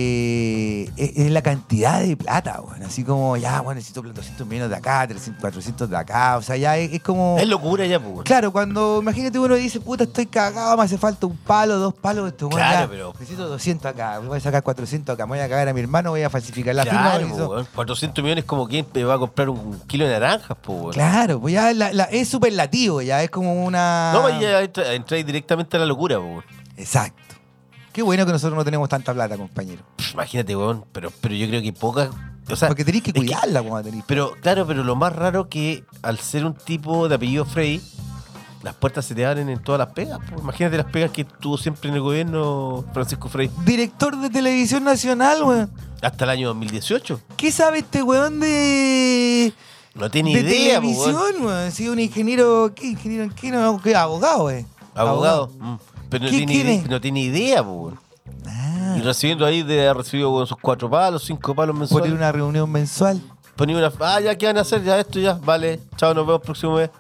eh, es, es la cantidad de plata, weón. Así como, ya, bueno, necesito doscientos millones de acá, trescientos, cuatrocientos de acá. O sea, ya es, es como. Es locura ya, po, weón. Claro, cuando imagínate uno dice, puta, estoy cagado, me hace falta un palo, dos palos, esto, bueno, Claro, ya, pero- necesito doscientos acá, voy a sacar cuatrocientos acá, me voy a cagar a mi hermano, voy a falsificar la firma. Claro, necesito- po, weón. cuatrocientos millones como quien te va a comprar un kilo de naranjas, po, weón. Claro, pues ya la- la- es superlativo, ya es como una. No, pues ya entra- entráis directamente a la locura, po, weón. Exacto. Qué bueno que nosotros no tenemos tanta plata, compañero. Pff, Imagínate, weón, pero, pero yo creo que pocas. O sea, Porque tenéis que es que- cuidarla cuando tenéis. pero, claro, pero lo más raro que al ser un tipo de apellido Frey, las puertas se te abren en todas las pegas. Po. Imagínate las pegas que tuvo siempre en el gobierno Francisco Frey. Director de Televisión Nacional, weón. Hasta el año dos mil dieciocho. ¿Qué sabe este weón de. No tiene de idea, po, televisión, weón. weón? Sí, un ingeniero. ¿Qué ingeniero en qué? No, ¿qué? Abogado, eh. Abogado. Mm. Pero no ¿Qué tiene, quiere? idea, no tiene idea, po, weón. Ah, Y recibiendo ahí de haber recibido con sus cuatro palos, cinco palos por ir a mensuales. una reunión mensual. Ponía una. Ah, ya, ¿qué van a hacer? Ya, esto ya. Vale, chao, nos vemos el próximo mes.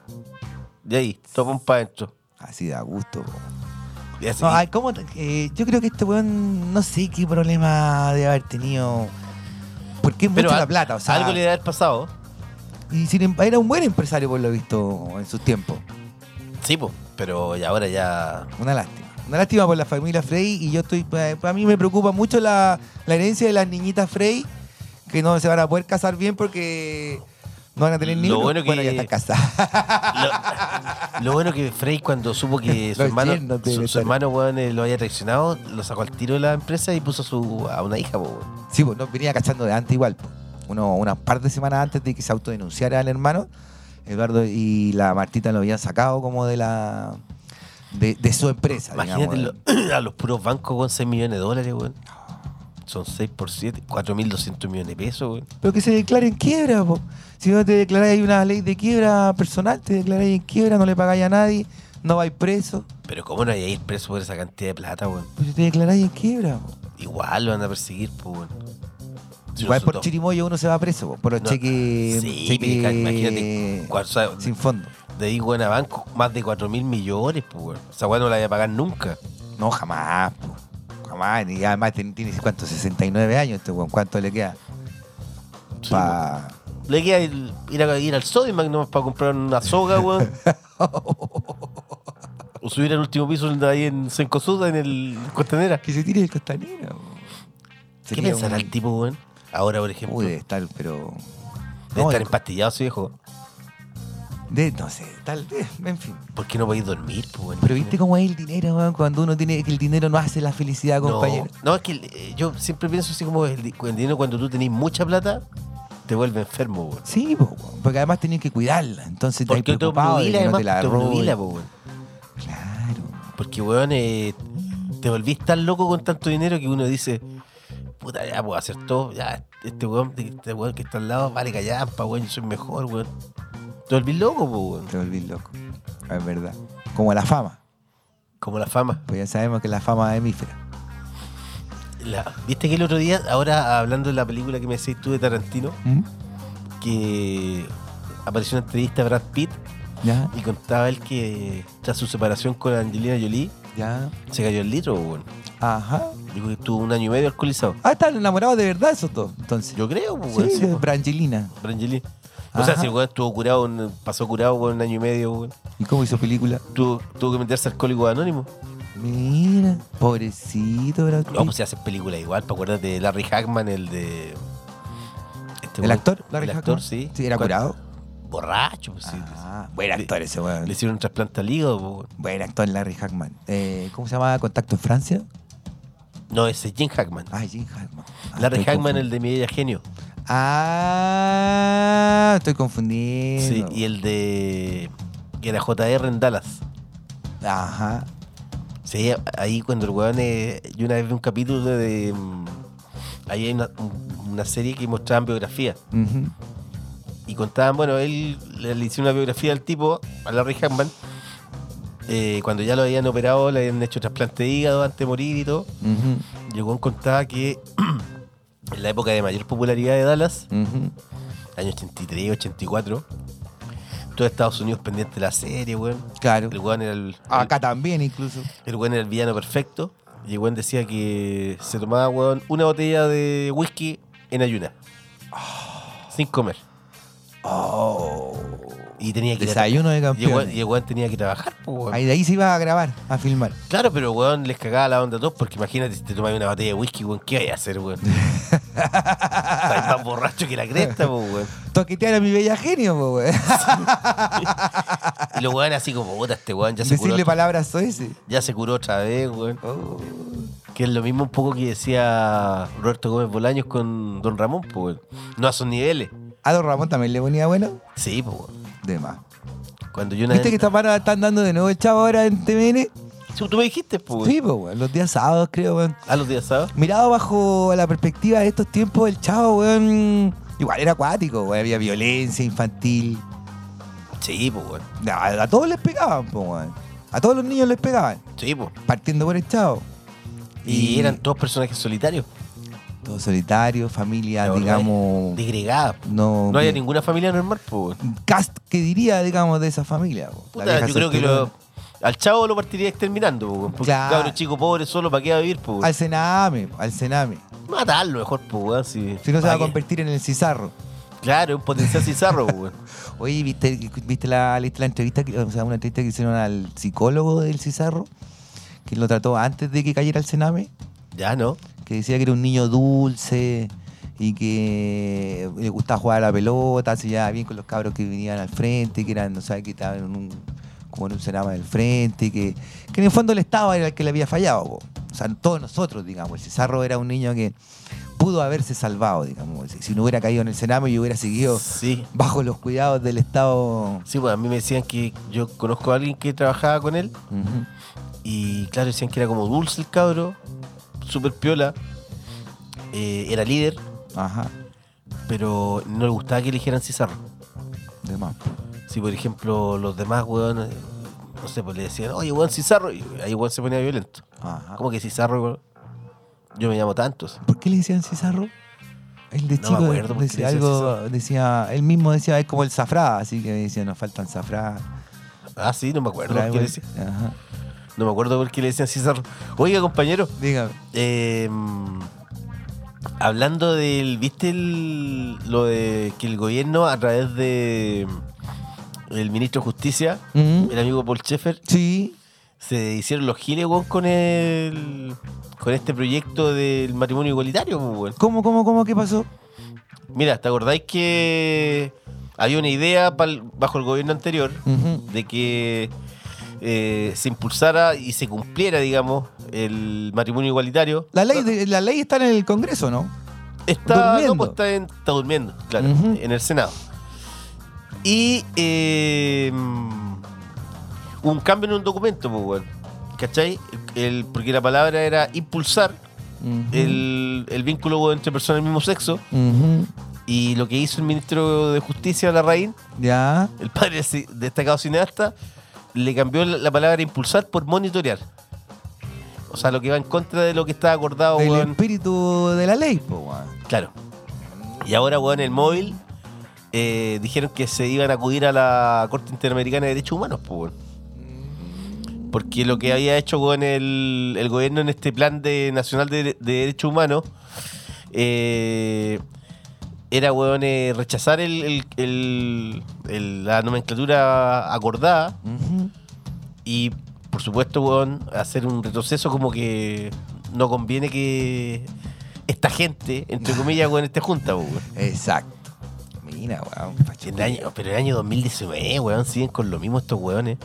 De ahí, toma un pa' adentro. Así da gusto, po. Y así. No, ay, ¿cómo te- eh, yo creo que este weón, no sé qué problema debe haber tenido. Porque es pero mucha a- la plata, o sea. algo le debe haber pasado. Y sin em- era un buen empresario, por lo visto, en sus tiempos. Sí, pues. Pero y ahora ya. Una lástima. Una lástima por la familia Frey. Y yo estoy. Para mí me preocupa mucho la, la herencia de las niñitas Frey, que no se van a poder casar bien porque no van a tener Lo ni uno. bueno que- Bueno, ya están casadas. Lo, lo bueno que Frey, cuando supo que su Los hermano, yernos deben su, su estar. hermano weón, eh, lo había traicionado, lo sacó al tiro de la empresa y puso a, su, a una hija, po, weón. Sí, pues no, venía cachando de antes igual. Pues. Uno, unas par de semanas antes de que se autodenunciara al hermano, Eduardo y la Martita lo habían sacado como de la de, de su empresa. Imagínate digamos. lo- a los puros bancos, weón, seis millones de dólares, weón. Son seis por siete, cuatro mil doscientos millones de pesos, weón. Pero que se declare en quiebra, po. Si no te declaráis, hay una ley de quiebra personal, te declaráis en quiebra, no le pagáis a nadie, no vais preso. Pero ¿cómo no hay a ir preso por esa cantidad de plata, weón? Pues te declaráis en quiebra, po. Igual lo van a perseguir, pues, weón. Si Igual no son por dos- chirimoyo uno se va preso, po, por los No, cheques, sí, cheques pero imagínate, cua- o sea, sin fondo. de ahí, weón, a banco, más de cuatro mil millones, pues, weón. O sea, weón, no la voy a pagar nunca. No, jamás, po. Jamás. Y además tiene, tiene ¿cuánto? sesenta y nueve años este weón. ¿Cuánto le queda? Sí, Pa... Le queda ir, ir, a, ir al Sodimac nomás para comprar una soga, weón. O subir al último piso de ahí en Sencosud, en el Costanera. Que se tire el costanera. po. ¿Qué Sería pensará un- el tipo, weón? Ahora, por ejemplo. Uy, Debe debe estar, pero... estar no, empastillado su viejo. de, no sé, tal vez, en fin. ¿Por qué no podéis dormir, pues, weón? Pero viste cómo es el dinero, weón, cuando uno tiene que el dinero no hace la felicidad, No, compañero. no, es que eh, yo siempre pienso así como el, di- el dinero cuando tú tenés mucha plata, te vuelve enfermo, weón. Sí, po, weón, porque además tenías que cuidarla. Entonces te Porque te preocupado de obnubila, que no además, te la te obnubila, roben. po, weón. Claro. Porque, weón, eh, te volvís tan loco con tanto dinero que uno dice, puta, ya puedo hacer todo, ya, este weón, este weón que está al lado, vale callampa, weón, yo soy mejor, weón. Te volvís loco, po, weón. Te volví loco. Es verdad. Como la fama. Como la fama. Pues ya sabemos que la fama es hemífera. La- ¿Viste que el otro día, ahora hablando de la película que me decís tú de Tarantino, ¿Mm? que apareció una entrevista a Brad Pitt ¿Ya? y contaba él que tras su separación con Angelina Jolie ¿Ya? se cayó el litro, weón. Ajá. Dijo que estuvo un año y medio alcoholizado. Ah, están enamorados de verdad esos dos, entonces. Yo creo, pues, weón. Sí, Sí, de pues, Brangelina. Brangelina. O sea, Ajá. si el weón estuvo curado, un- pasó curado por un año y medio, weón. ¿Y cómo hizo película? Tuvo, tuvo que meterse a Alcohólicos Anónimos. Mira, pobrecito, Brad Pitt. No, pues se hacen películas igual. ¿Te acuerdas de Larry Hagman, el de. este ¿El weón? actor? Larry El actor, Hagman? sí. Sí, era Cuando- curado. Borracho, pues sí. Ah, buen actor ese weón. Le hicieron un trasplante al hígado, pues, weón. Buen actor Larry Hagman. Eh, ¿Cómo se llama? ¿Contacto en Francia? No, ese es Jim Hackman. Ah, Jim Hackman. Ah, Larry estoy Hagman, confundiendo. el de Mi Bella Genio. Ah, estoy confundiendo. Sí, y el de. que era J R en Dallas. Ajá. Sí, ahí cuando el weón. eh, yo una vez vi un capítulo de. mm, ahí hay una, una serie que mostraban biografía. Ujú. Y contaban, bueno, él le, le hicieron una biografía al tipo, a Larry Hagman. eh, cuando ya lo habían operado, le habían hecho trasplante de hígado antes de morir y todo. Ujú. Y el weón contaba que en la época de mayor popularidad de Dallas, Ujú. año ochenta y tres, ochenta y cuatro, todo Estados Unidos pendiente de la serie, weón. Claro. El weón era el, Acá también, incluso. el, el weón era el villano perfecto. Y el weón decía que se tomaba, weón, una botella de whisky en ayuna. Sin comer. Oh. Y tenía que ir a- Desayuno de y el, weón, campeón. y el weón tenía que trabajar, pues, weón. Ahí de ahí se iba a grabar, a filmar. Claro, pero weón les cagaba la onda a todos, porque imagínate si te tomas una botella de whisky, weón, ¿qué vaya a hacer, weón? Estás más borracho que la cresta, pues, weón. Toquetear a mi bella genio, po, weón. Y los weones así como, puta, este weón ya se curó. Decirle otra- palabras soeces. Ya se curó otra vez, weón. Oh. Que es lo mismo un poco que decía Roberto Gómez Bolaños con Don Ramón, pues, weón. No a sus niveles. ¿A Don Ramón también le ponía bueno? Sí, pues, weón. De más. Cuando yo una ¿Viste vez- que esta para están dando de nuevo el chavo ahora en T V N? Sí, tú me dijiste, pues, weón. Sí, pues, weón. Los días sábados, creo, weón. A los días sábados. Mirado bajo la perspectiva de estos tiempos, el chavo, weón. Igual era acuático, weón. Había violencia infantil. Sí, pues, weón. A, a todos les pegaban, pues, weón. A todos los niños les pegaban. Sí, pues. Partiendo por el chavo. Y, eran todos personajes solitarios. Todos solitarios, familias, La verdad, digamos. Disgregadas. po. No, No había que- ninguna familia normal, pues, weón. cast que diría, digamos, de esa familia. po. La Puta, vieja yo creo que solterona. lo, al chavo lo partiría exterminando, po, weón. Porque Claro. cabrón chico pobre solo, ¿para qué va a vivir, pues, weón? Al Sename, al Sename. Matarlo mejor, pues, weón. Si, Si no se va a ¿para qué? convertir en el cizarro. Claro, es un potencial cizarro, pues, weón. Oye, ¿viste, viste la, la entrevista, que- o sea, una entrevista que hicieron al psicólogo del Cizarro? Que lo trató antes de que cayera el Sename. Ya, ¿no? Que decía que era un niño dulce y que le gustaba jugar a la pelota, se llevaba bien con los cabros que venían al frente, que eran, no sé, que estaban en un, como en un Sename del frente, que, que en el fondo el Estado era el que le había fallado. Po. O sea, todos nosotros, digamos. El Cizarro era un niño que pudo haberse salvado, digamos. Si, si no hubiera caído en el Sename y hubiera seguido Sí. bajo los cuidados del Estado. Sí, pues a mí me decían que yo conozco a alguien que trabajaba con él Ujú. y claro, decían que era como dulce el cabro, súper piola, eh, era líder, Ajá, pero no le gustaba que eligieran cizarro. de más. Si por ejemplo los demás, weón, eh, no sé, pues le decían, oye, weón, cizarro, y ahí weón se ponía violento. Ajá. ¿Cómo que cizarro, weón? Yo me llamo tantos. ¿Por qué le decían Cizarro? El de No me chico acuerdo por qué decía le decía algo, Cizarro. decía, él mismo decía, es como el Zafrá, así que decía, nos faltan Zafrá. Ah, sí, no me acuerdo Por por ahí, qué le bueno. decían. Ajá. No me acuerdo por qué le decían cizarro. Oiga, compañero, Dígame. eh, hablando del, ¿viste el, lo de que el gobierno a través de el ministro de Justicia, Ujú. el amigo Paul Schaeffer, Sí. se hicieron los giles, weón, con el con este proyecto del matrimonio igualitario, pues, weón? ¿Cómo, cómo, cómo? ¿Qué pasó? Mira, ¿te acordáis que había una idea pal- bajo el gobierno anterior Ujú. de que eh, se impulsara y se cumpliera, digamos, el matrimonio igualitario? La ley, de- la ley está en el Congreso, ¿no? Está, durmiendo. no, pues está, en- está durmiendo, claro, Ujú. en el Senado. Y eh, hubo un cambio en un documento, pues, weón. ¿Cachai? El, porque la palabra era impulsar Ujú. el, el vínculo weón, entre personas del mismo sexo. Ujú. Y lo que hizo el ministro de Justicia, Larraín, Ya. el padre de ese destacado cineasta, le cambió la, la palabra impulsar por monitorear. O sea, lo que va en contra de lo que estaba acordado, El weón. espíritu de la ley, po, weón. Claro. Y ahora, weón, el móvil eh, dijeron que se iban a acudir a la Corte Interamericana de Derechos Humanos, pues, weón. Porque lo que había hecho, weón, el, el gobierno en este plan de nacional de, de derechos humanos eh, era, weón, eh, rechazar el, el- el- el- la nomenclatura acordada Ujú. y, por supuesto, weón, hacer un retroceso como que no conviene que esta gente, entre comillas, weón, esté junta, pues, weón. Exacto. Mira, weón. En el año- pero en el año dos mil diecinueve, weón, siguen con lo mismo estos weones.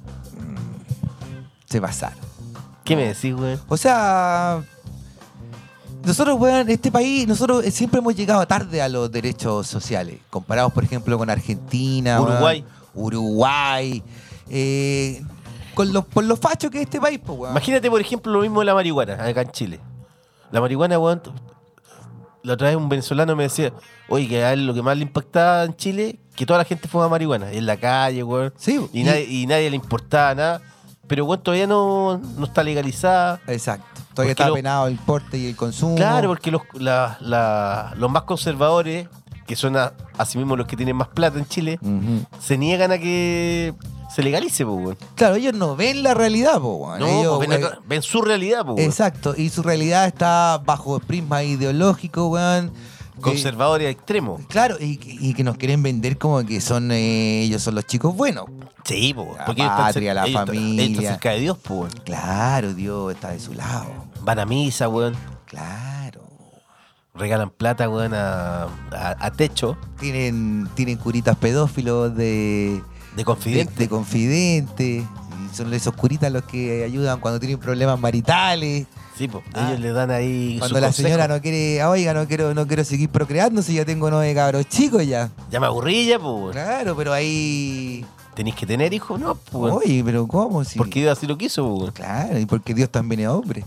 Se pasaron. ¿Qué me decís, weón? O sea, nosotros, weón, este país, nosotros eh, siempre hemos llegado tarde a los derechos sociales, comparados, por ejemplo, con Argentina, weón, Uruguay. Uruguay, eh, con los, por los fachos que es este país, pues, weón. Imagínate, por ejemplo, lo mismo de la marihuana, acá en Chile. La marihuana, weón, t- la otra vez un venezolano me decía, oye, que a él lo que más le impactaba en Chile, que toda la gente fuma marihuana, en la calle, weón. Sí, Y, y- nadie, y nadie le importaba nada. Pero, weón, todavía no, no está legalizada. Exacto. Todavía Porque está lo- penado el porte y el consumo. Claro, porque los, la- la- los más conservadores, que son a, asimismo los que tienen más plata en Chile, Ujú. se niegan a que se legalice, pues, weón. Claro, ellos no ven la realidad, po, weón. No, Ellos, pues, ven, eh, acá- ven su realidad, pues, weón. Exacto, y su realidad está bajo prisma ideológico, weón. Conservadores extremos. Eh, claro, y, y que nos quieren vender como que son eh, ellos son los chicos buenos. Sí, pues, La porque ellos están patria, cer- la ellos están- familia. ellos están cerca de Dios, pues, weón. Claro, Dios está de su lado. Van a misa, weón. Claro. Regalan plata, weón, a, a, a techo Tienen, tienen curitas pedófilos de, de de, confidente. de confidente. Y son esos curitas los que ayudan cuando tienen problemas maritales. Sí, pues, Ah. ellos le dan ahí Cuando sus la consejos. señora no quiere, "Ah, oiga, no quiero, no quiero seguir procreando si ya tengo nueve cabros chicos ya. Ya me aburrí ya, pues, weón. Claro, pero ahí. ¿Tenéis que tener hijos? No, pues, weón. Oye, pero ¿cómo? Si... Porque Dios así lo quiso, pues, weón. Claro, y porque Dios también es hombre.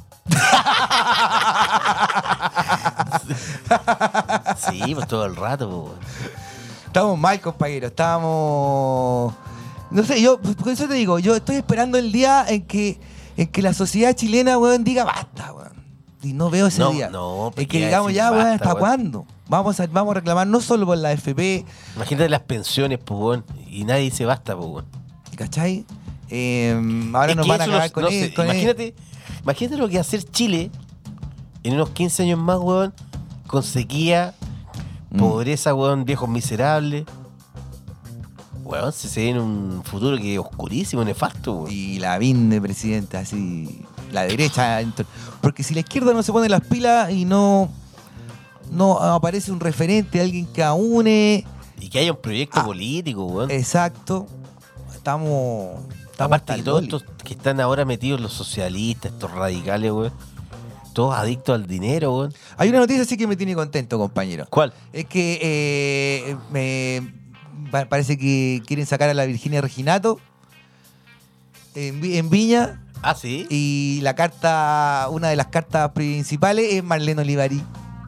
Sí, pues todo el rato, pues, weón. Estamos mal, compañero. Estábamos. No sé, yo, por eso te digo, yo estoy esperando el día en que, en que la sociedad chilena, weón, diga basta, weón. Y no veo ese No, día. no, es porque que ya digamos decir ya, weón, basta, ¿hasta weón. cuándo? Vamos a, vamos a reclamar no solo por la F P, Imagínate las pensiones, pues, weón. Y nadie dice basta, pues, weón. ¿cachai? Eh, ahora Es nos que van a eso cagar no- con, no él, sé, con él. imagínate, imagínate lo que va a hacer Chile en unos quince años más, weón, con sequía, Mm. pobreza, weón, viejos miserables. Weón, se se ve en un futuro que es oscurísimo, nefasto, weón. Y la bin de presidente, así. La derecha. ento- Porque si la izquierda no se pone las pilas y no. No aparece un referente, alguien que aúne. Y que haya un proyecto Ah. político, weón. Exacto. Estamos. estamos Aparte hasta que el todos boli. estos que están ahora metidos, los socialistas, estos radicales, weón, todos adictos al dinero, weón. Hay una noticia sí que me tiene contento, compañero. ¿Cuál? Es que eh, me pa- parece que quieren sacar a la Virginia Reginato en, Vi- en Viña Ah, sí. y la carta, una de las cartas principales es Marlene Olivari.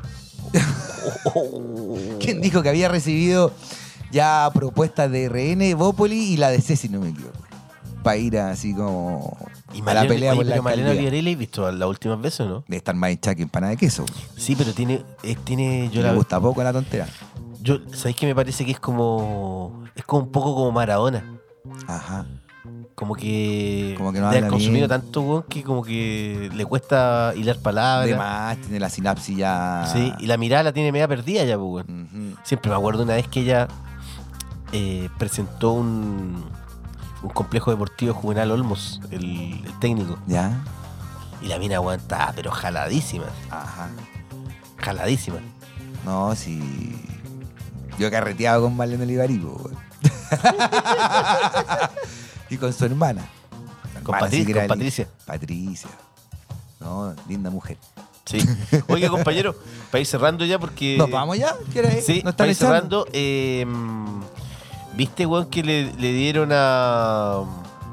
Quien dijo que había recibido ya propuestas de R N, Bópoli y la D C, si no me equivoco. Para ir así como Y a la Marlene- pelea oye, por la pero Marlene alcaldía. Olivari, ¿la has visto las últimas veces o no? De estar más hincha que empanada de queso. Sí, pero tiene, es- tiene, yo Yo la le gusta poco la tontera. Yo, ¿sabéis que me parece que es como. Es como un poco como Maradona? Ajá. Como que. Como que no de haber habla consumido bien. tanto, weón, que como que le cuesta hilar palabras. Además, tiene la sinapsis ya. Sí, y la mirada la tiene media perdida ya, pues, weón. Ujú. Siempre me acuerdo una vez que ella eh, presentó un, un complejo deportivo Juvenal Olmos, el, el técnico. ¿Ya? Y la mina, weón, estaba pero jaladísima. Ajá. Jaladísima. No, sí. Yo he carreteado con Marlene Olivari, po, weón. Y con su hermana. La Con hermana Patri- sí que era con linda. Patricia. Patricia. No, linda mujer. Sí. Oiga, compañero, para ir cerrando ya porque... ¿Nos vamos ya? ¿Quieres? Sí, ¿Nos están para ir echando? cerrando, eh, ¿viste, weón, que le, le dieron a,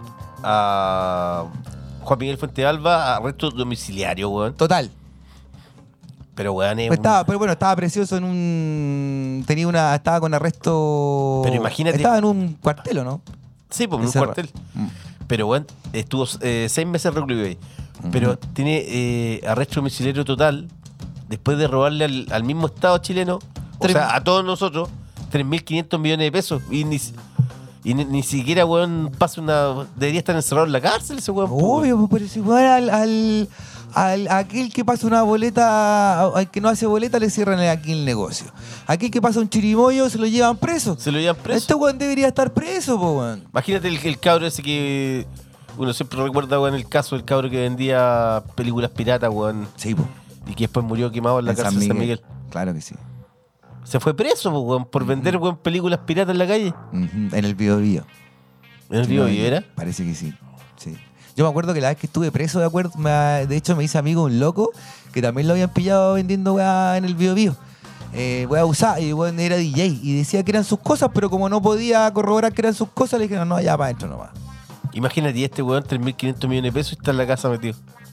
a Juan Miguel Fuentealba arresto domiciliario, weón? Total. Pero, weón, es Pues un- estaba, pero bueno, estaba precioso en un... Tenía una... Estaba con arresto... Pero imagínate- Estaba en un cuartel, ¿o no? Sí, pues en un Encerrado. cuartel. Pero, weón, estuvo eh, seis meses recluido ahí. Pero tiene eh, arresto domiciliario total después de robarle al, al mismo Estado chileno, o Tres- sea, a todos nosotros, tres mil quinientos millones de pesos. Y ni, y ni, ni siquiera, weón, pasa una... Debería estar encerrado en la cárcel ese weón. po, weón. Obvio, pues es igual al, al, al- aquel que pasa una boleta, al que no hace boleta le cierran aquí el negocio. Aquel que pasa un chirimoyo se lo llevan preso. Se lo llevan preso. Este weón debería estar preso, po, weón. Imagínate el, el cabro ese que... Uno siempre recuerda, weón, el caso del cabro que vendía películas piratas, weón. Sí, po. Y que después murió quemado en la En cárcel de San Miguel. Claro que sí. Se fue preso, po, weón, por vender, weón, películas piratas en la calle. Ujú, en el Bío Bío. En el Bío Bío, ¿era? Parece que sí. Sí. Yo me acuerdo que la vez que estuve preso, de acuerdo, me- de hecho me hice amigo de un loco que también lo habían pillado vendiendo weá en el Bío Bío. Eh, weá usada, y weón era D J. Y decía que eran sus cosas, pero como no podía corroborar que eran sus cosas, le dijeron, no, ya para adentro nomás. Imagínate, y este weón, tres mil quinientos millones de pesos y está en la casa metido.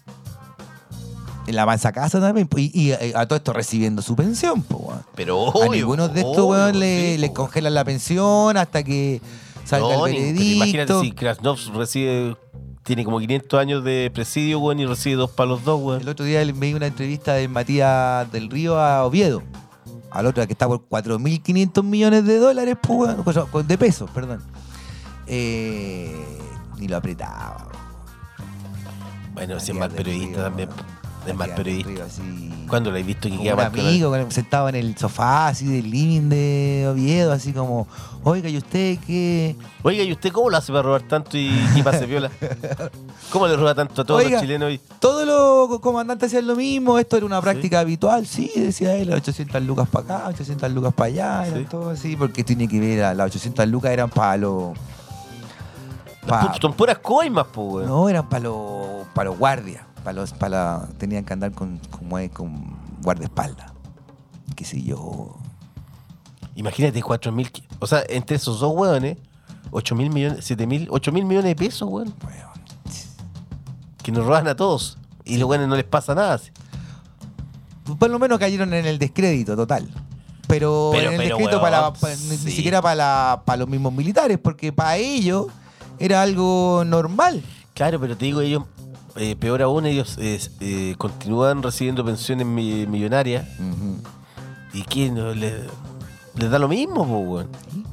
En la mansa casa también. po, Y, y, eh, a todo esto recibiendo su pensión, po, weón. Pero obvio, A ninguno de estos, obvio, weón, le, sí, le po, congelan la pensión hasta que salga No, el ni- pero veredicto. imagínate si Krasnov recibe, tiene como quinientos años de presidio, weón, y recibe dos palos dos, weón. El otro día le vi una entrevista de Matías del Río a Oviedo. Al otro que está por cuatro mil quinientos millones de dólares, pues, weón, cosa- con- de pesos, perdón. Eh, ni lo apretaba. Bueno, si es Matías mal del periodista Río, también. weón. Es mal Matías del periodista. Río, así, ¿Cuándo lo has visto que como queda un mal con amigo, con- sentado en el sofá, así del living de Oviedo, así como, oiga, ¿y usted qué? Oiga, ¿y usted cómo lo hace para robar tanto y, y pase viola? ¿Cómo le roba tanto a todos Oiga, los chilenos hoy? Todos los comandantes hacían lo mismo, esto era una práctica habitual, sí, decía él, ochocientas lucas para acá, ochocientas lucas para allá, eran Sí. todo así, porque tiene que ver, a las ochocientas lucas eran para los... pa- Son puras coimas, po, weón. no, eran para los para los guardias, para los para la, tenían que andar con, como es, con guardaespaldas, qué sé yo. Imagínate, cuatro mil. O sea, entre esos dos weones, ocho mil millones, siete mil, ocho mil millones de pesos, weón. Weón. Que nos roban a todos. Y los weones no les pasa nada. así. Por lo menos cayeron en el descrédito total. Pero, Pero- en el pero, descrédito weón, para, para- ni sí. siquiera para, la- para los mismos militares, porque para ellos era algo normal. Claro, pero te digo, ellos, eh, peor aún, ellos eh, eh, continúan recibiendo pensiones mi- millonarias. ¿Y qué? No, le- les da lo mismo, po, weón.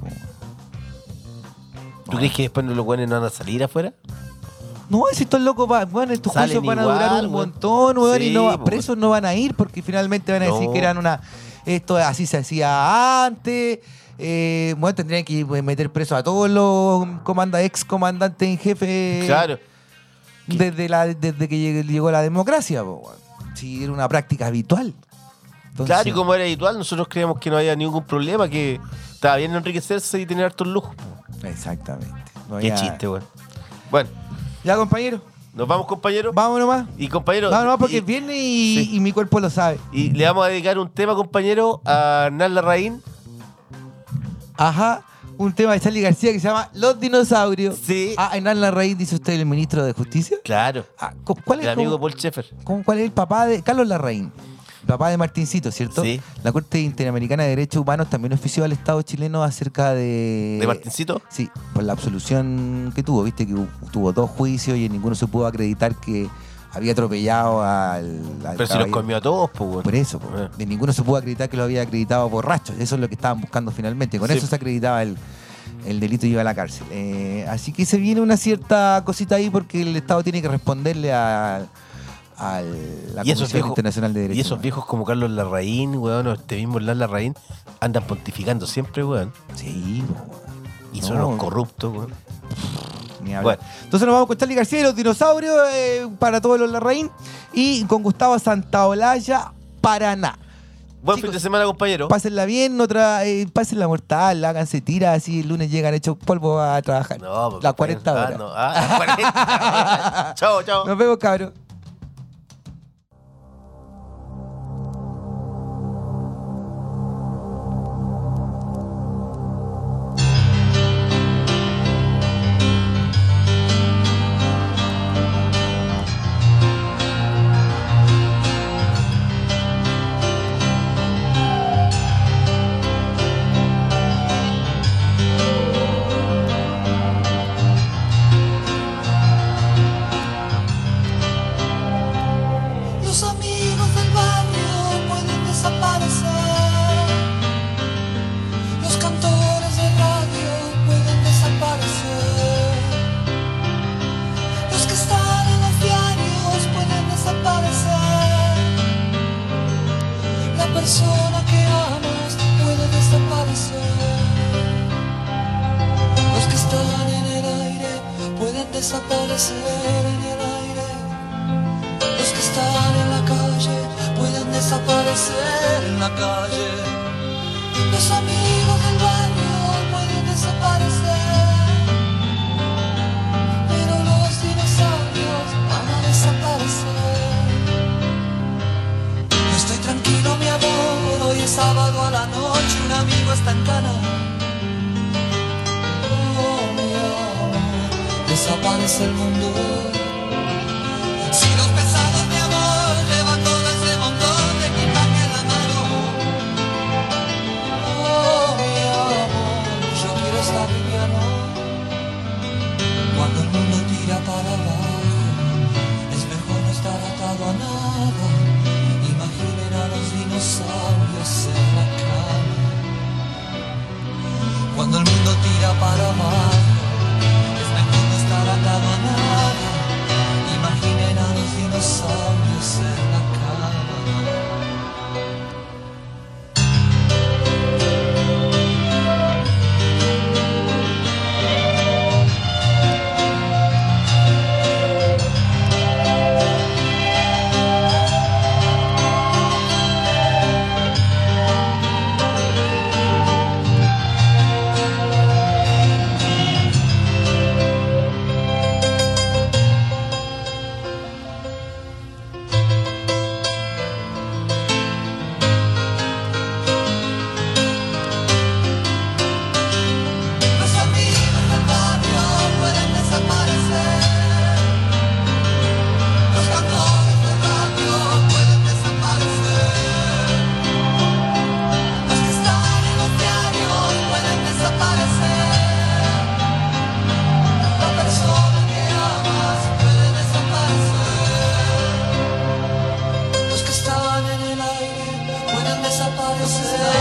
¿Tú crees que después los weones no van a salir afuera? No, si estos locos van, bueno, estos Salen juicios van a igual, durar un weón. montón, weón, y Sí, no, po, presos no van a ir porque finalmente van a decir No. que eran una. Esto así se hacía antes. Eh, bueno, tendrían que meter presos a todos los comanda, ex comandantes en jefe Claro. desde, la, desde que llegó, llegó la democracia. Po, weón. Sí, era una práctica habitual. Entonces, Claro, y como era habitual, nosotros creíamos que no había ningún problema, que estaba bien enriquecerse y tener hartos lujos. Exactamente. No Qué había- chiste, weón. Bueno, Ya, compañero, nos vamos, compañero. vamos nomás. Y compañero. Vamos nomás porque y, es viernes y, sí. y mi cuerpo lo sabe. y le vamos a dedicar un tema, compañero, a Hernán Larraín. Ajá, un tema de Charlie García que se llama Los Dinosaurios. Sí. Ah, Hernán Larraín, dice usted, el ministro de Justicia. Claro. Ah, cu- ¿cuál es, El amigo cómo- de Paul Schaeffer. cómo- cuál es el papá de Carlos Larraín? El papá de Martincito, ¿cierto? Sí. La Corte Interamericana de Derechos Humanos también ofició al Estado chileno acerca de... ¿De Martincito? Sí, por la absolución que tuvo. Viste que hu- tuvo dos juicios y en ninguno se pudo acreditar que había atropellado al, al Pero se los caballero. comió a todos, pues, weón. Por eso, po. Eh. De ninguno se pudo acreditar que lo había acreditado borracho. Eso es lo que estaban buscando finalmente. Con Sí. eso se acreditaba el, el delito y iba a la cárcel. Eh, así que se viene una cierta cosita ahí porque el Estado tiene que responderle a, a la Y esos Comisión viejos- Internacional de Derechos Y esos Humanos. viejos como Carlos Larraín, weón, o este mismo Hernán Larraín, andan pontificando siempre, weón. Sí, po, weón. Y son No. unos corruptos, weón. Ni hablar. Bueno. Entonces nos vamos con Charlie García y los dinosaurios eh, para todos los Larraín y con Gustavo Santaolalla, Paraná. Buen Chicos, fin de semana, compañero. Pásenla bien, otra, eh, pásenla mortal, háganse tiras, así el lunes llegan hechos polvo a trabajar. No, pues, Las cuarenta ah, horas. no. Ah, las cuarenta. Chao, chao. Nos vemos, cabros. persona que amas puede desaparecer. Los que están en el aire pueden desaparecer en el aire. Los que están en la calle pueden desaparecer en la calle. Los amigos del barrio pueden desaparecer, pero los dinosaurios van a desaparecer. Estoy tranquilo, mi amor, hoy es sábado a la noche, un amigo está en cana. Oh, mi amor, desaparece el mundo. Si los pesados, mi amor, llevan todo ese montón de equipaje en la mano. Oh, mi amor, yo quiero estar liviano. Cuando el mundo tira para abajo, es mejor no estar atado a nada. Imaginen a los dinosaurios en la cama. Cuando el mundo tira para abajo, es mejor no estar atado a nada. Imaginen a los dinosaurios en la cama. Los amigos del barrio pueden desaparecer. Los cantores de radio pueden desaparecer. Los que están en los diarios pueden desaparecer. La persona que amas puede desaparecer. Los que están en el aire pueden desaparecer.